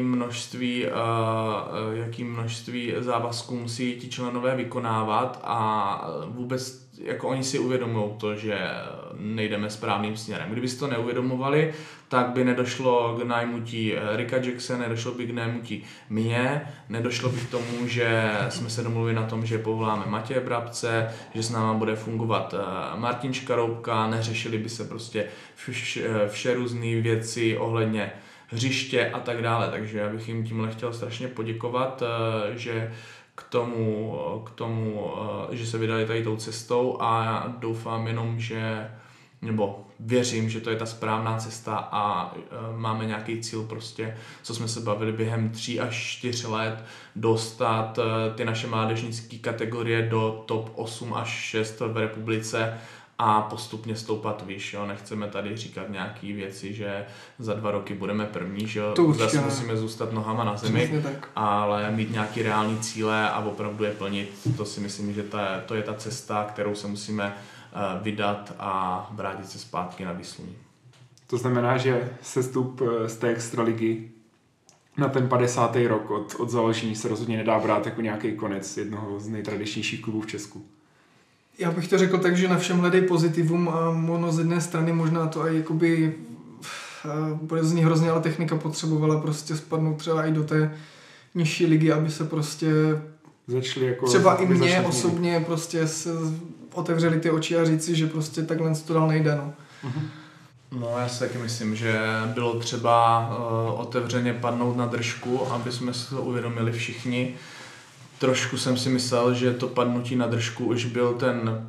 množství závazků musí ti členové vykonávat a vůbec jako oni si uvědomují to, že nejdeme správným směrem. Kdyby si to neuvědomovali, tak by nedošlo k nájmutí Ricka Jacksona, nedošlo by k nájmutí mě, nedošlo by k tomu, že jsme se domluvili na tom, že povoláme Matěje Brabce, že s náma bude fungovat Martin Škaroubka, neřešili by se prostě vše různé věci ohledně hřiště a tak dále. Takže já bych jim tímhle chtěl strašně poděkovat, že k tomu, že se vydali tady tou cestou a doufám jenom, že nebo věřím, že to je ta správná cesta a máme nějaký cíl prostě, co jsme se bavili během 3 až 4 let, dostat ty naše mládežnické kategorie do top 8 až 6 v republice a postupně stoupat výš. Jo. Nechceme tady říkat nějaké věci, že za 2 roky budeme první, že zase musíme zůstat nohama na zemi, ale mít nějaké reální cíle a opravdu je plnit. To si myslím, že to je ta cesta, kterou se musíme vydat a vrátit se zpátky na Výsluní. To znamená, že sestup z té extraligy na ten 50. rok od založení se rozhodně nedá brát jako nějaký konec jednoho z nejtradičnějších klubů v Česku. Já bych to řekl tak, že na všem hledej pozitivum a ono z jedné strany možná to i jakoby bude z ní hrozně, ale technika potřebovala prostě spadnout třeba i do té nižší ligy, aby se prostě začali jako třeba i mě osobně prostě se otevřeli ty oči a říci, že prostě takhle to dál nejde, no. No já si taky myslím, že bylo třeba otevřeně padnout na držku, aby jsme si to uvědomili všichni. Trošku jsem si myslel, že to padnutí na držku už byl ten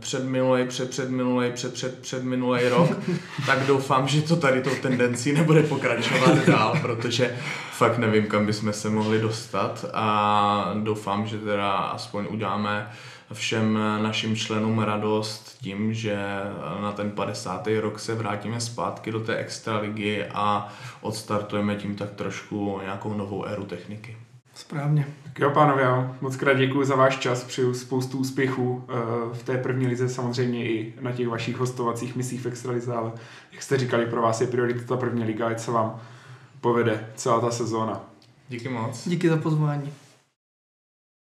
předminulej rok, tak doufám, že to tady tou tendencí nebude pokračovat dál, protože fakt nevím, kam bychom se mohli dostat a doufám, že teda aspoň uděláme všem našim členům radost tím, že na ten 50. rok se vrátíme zpátky do té extraligy a odstartujeme tím tak trošku nějakou novou éru techniky. Správně. Tak jo, pánové, moc krát děkuji za váš čas, přeju spoustu úspěchů v té první lize, samozřejmě i na těch vašich hostovacích misích v extralize, ale jak jste říkali, pro vás je priorita ta první liga, ať se vám povede celá ta sezóna. Díky moc. Díky za pozvání.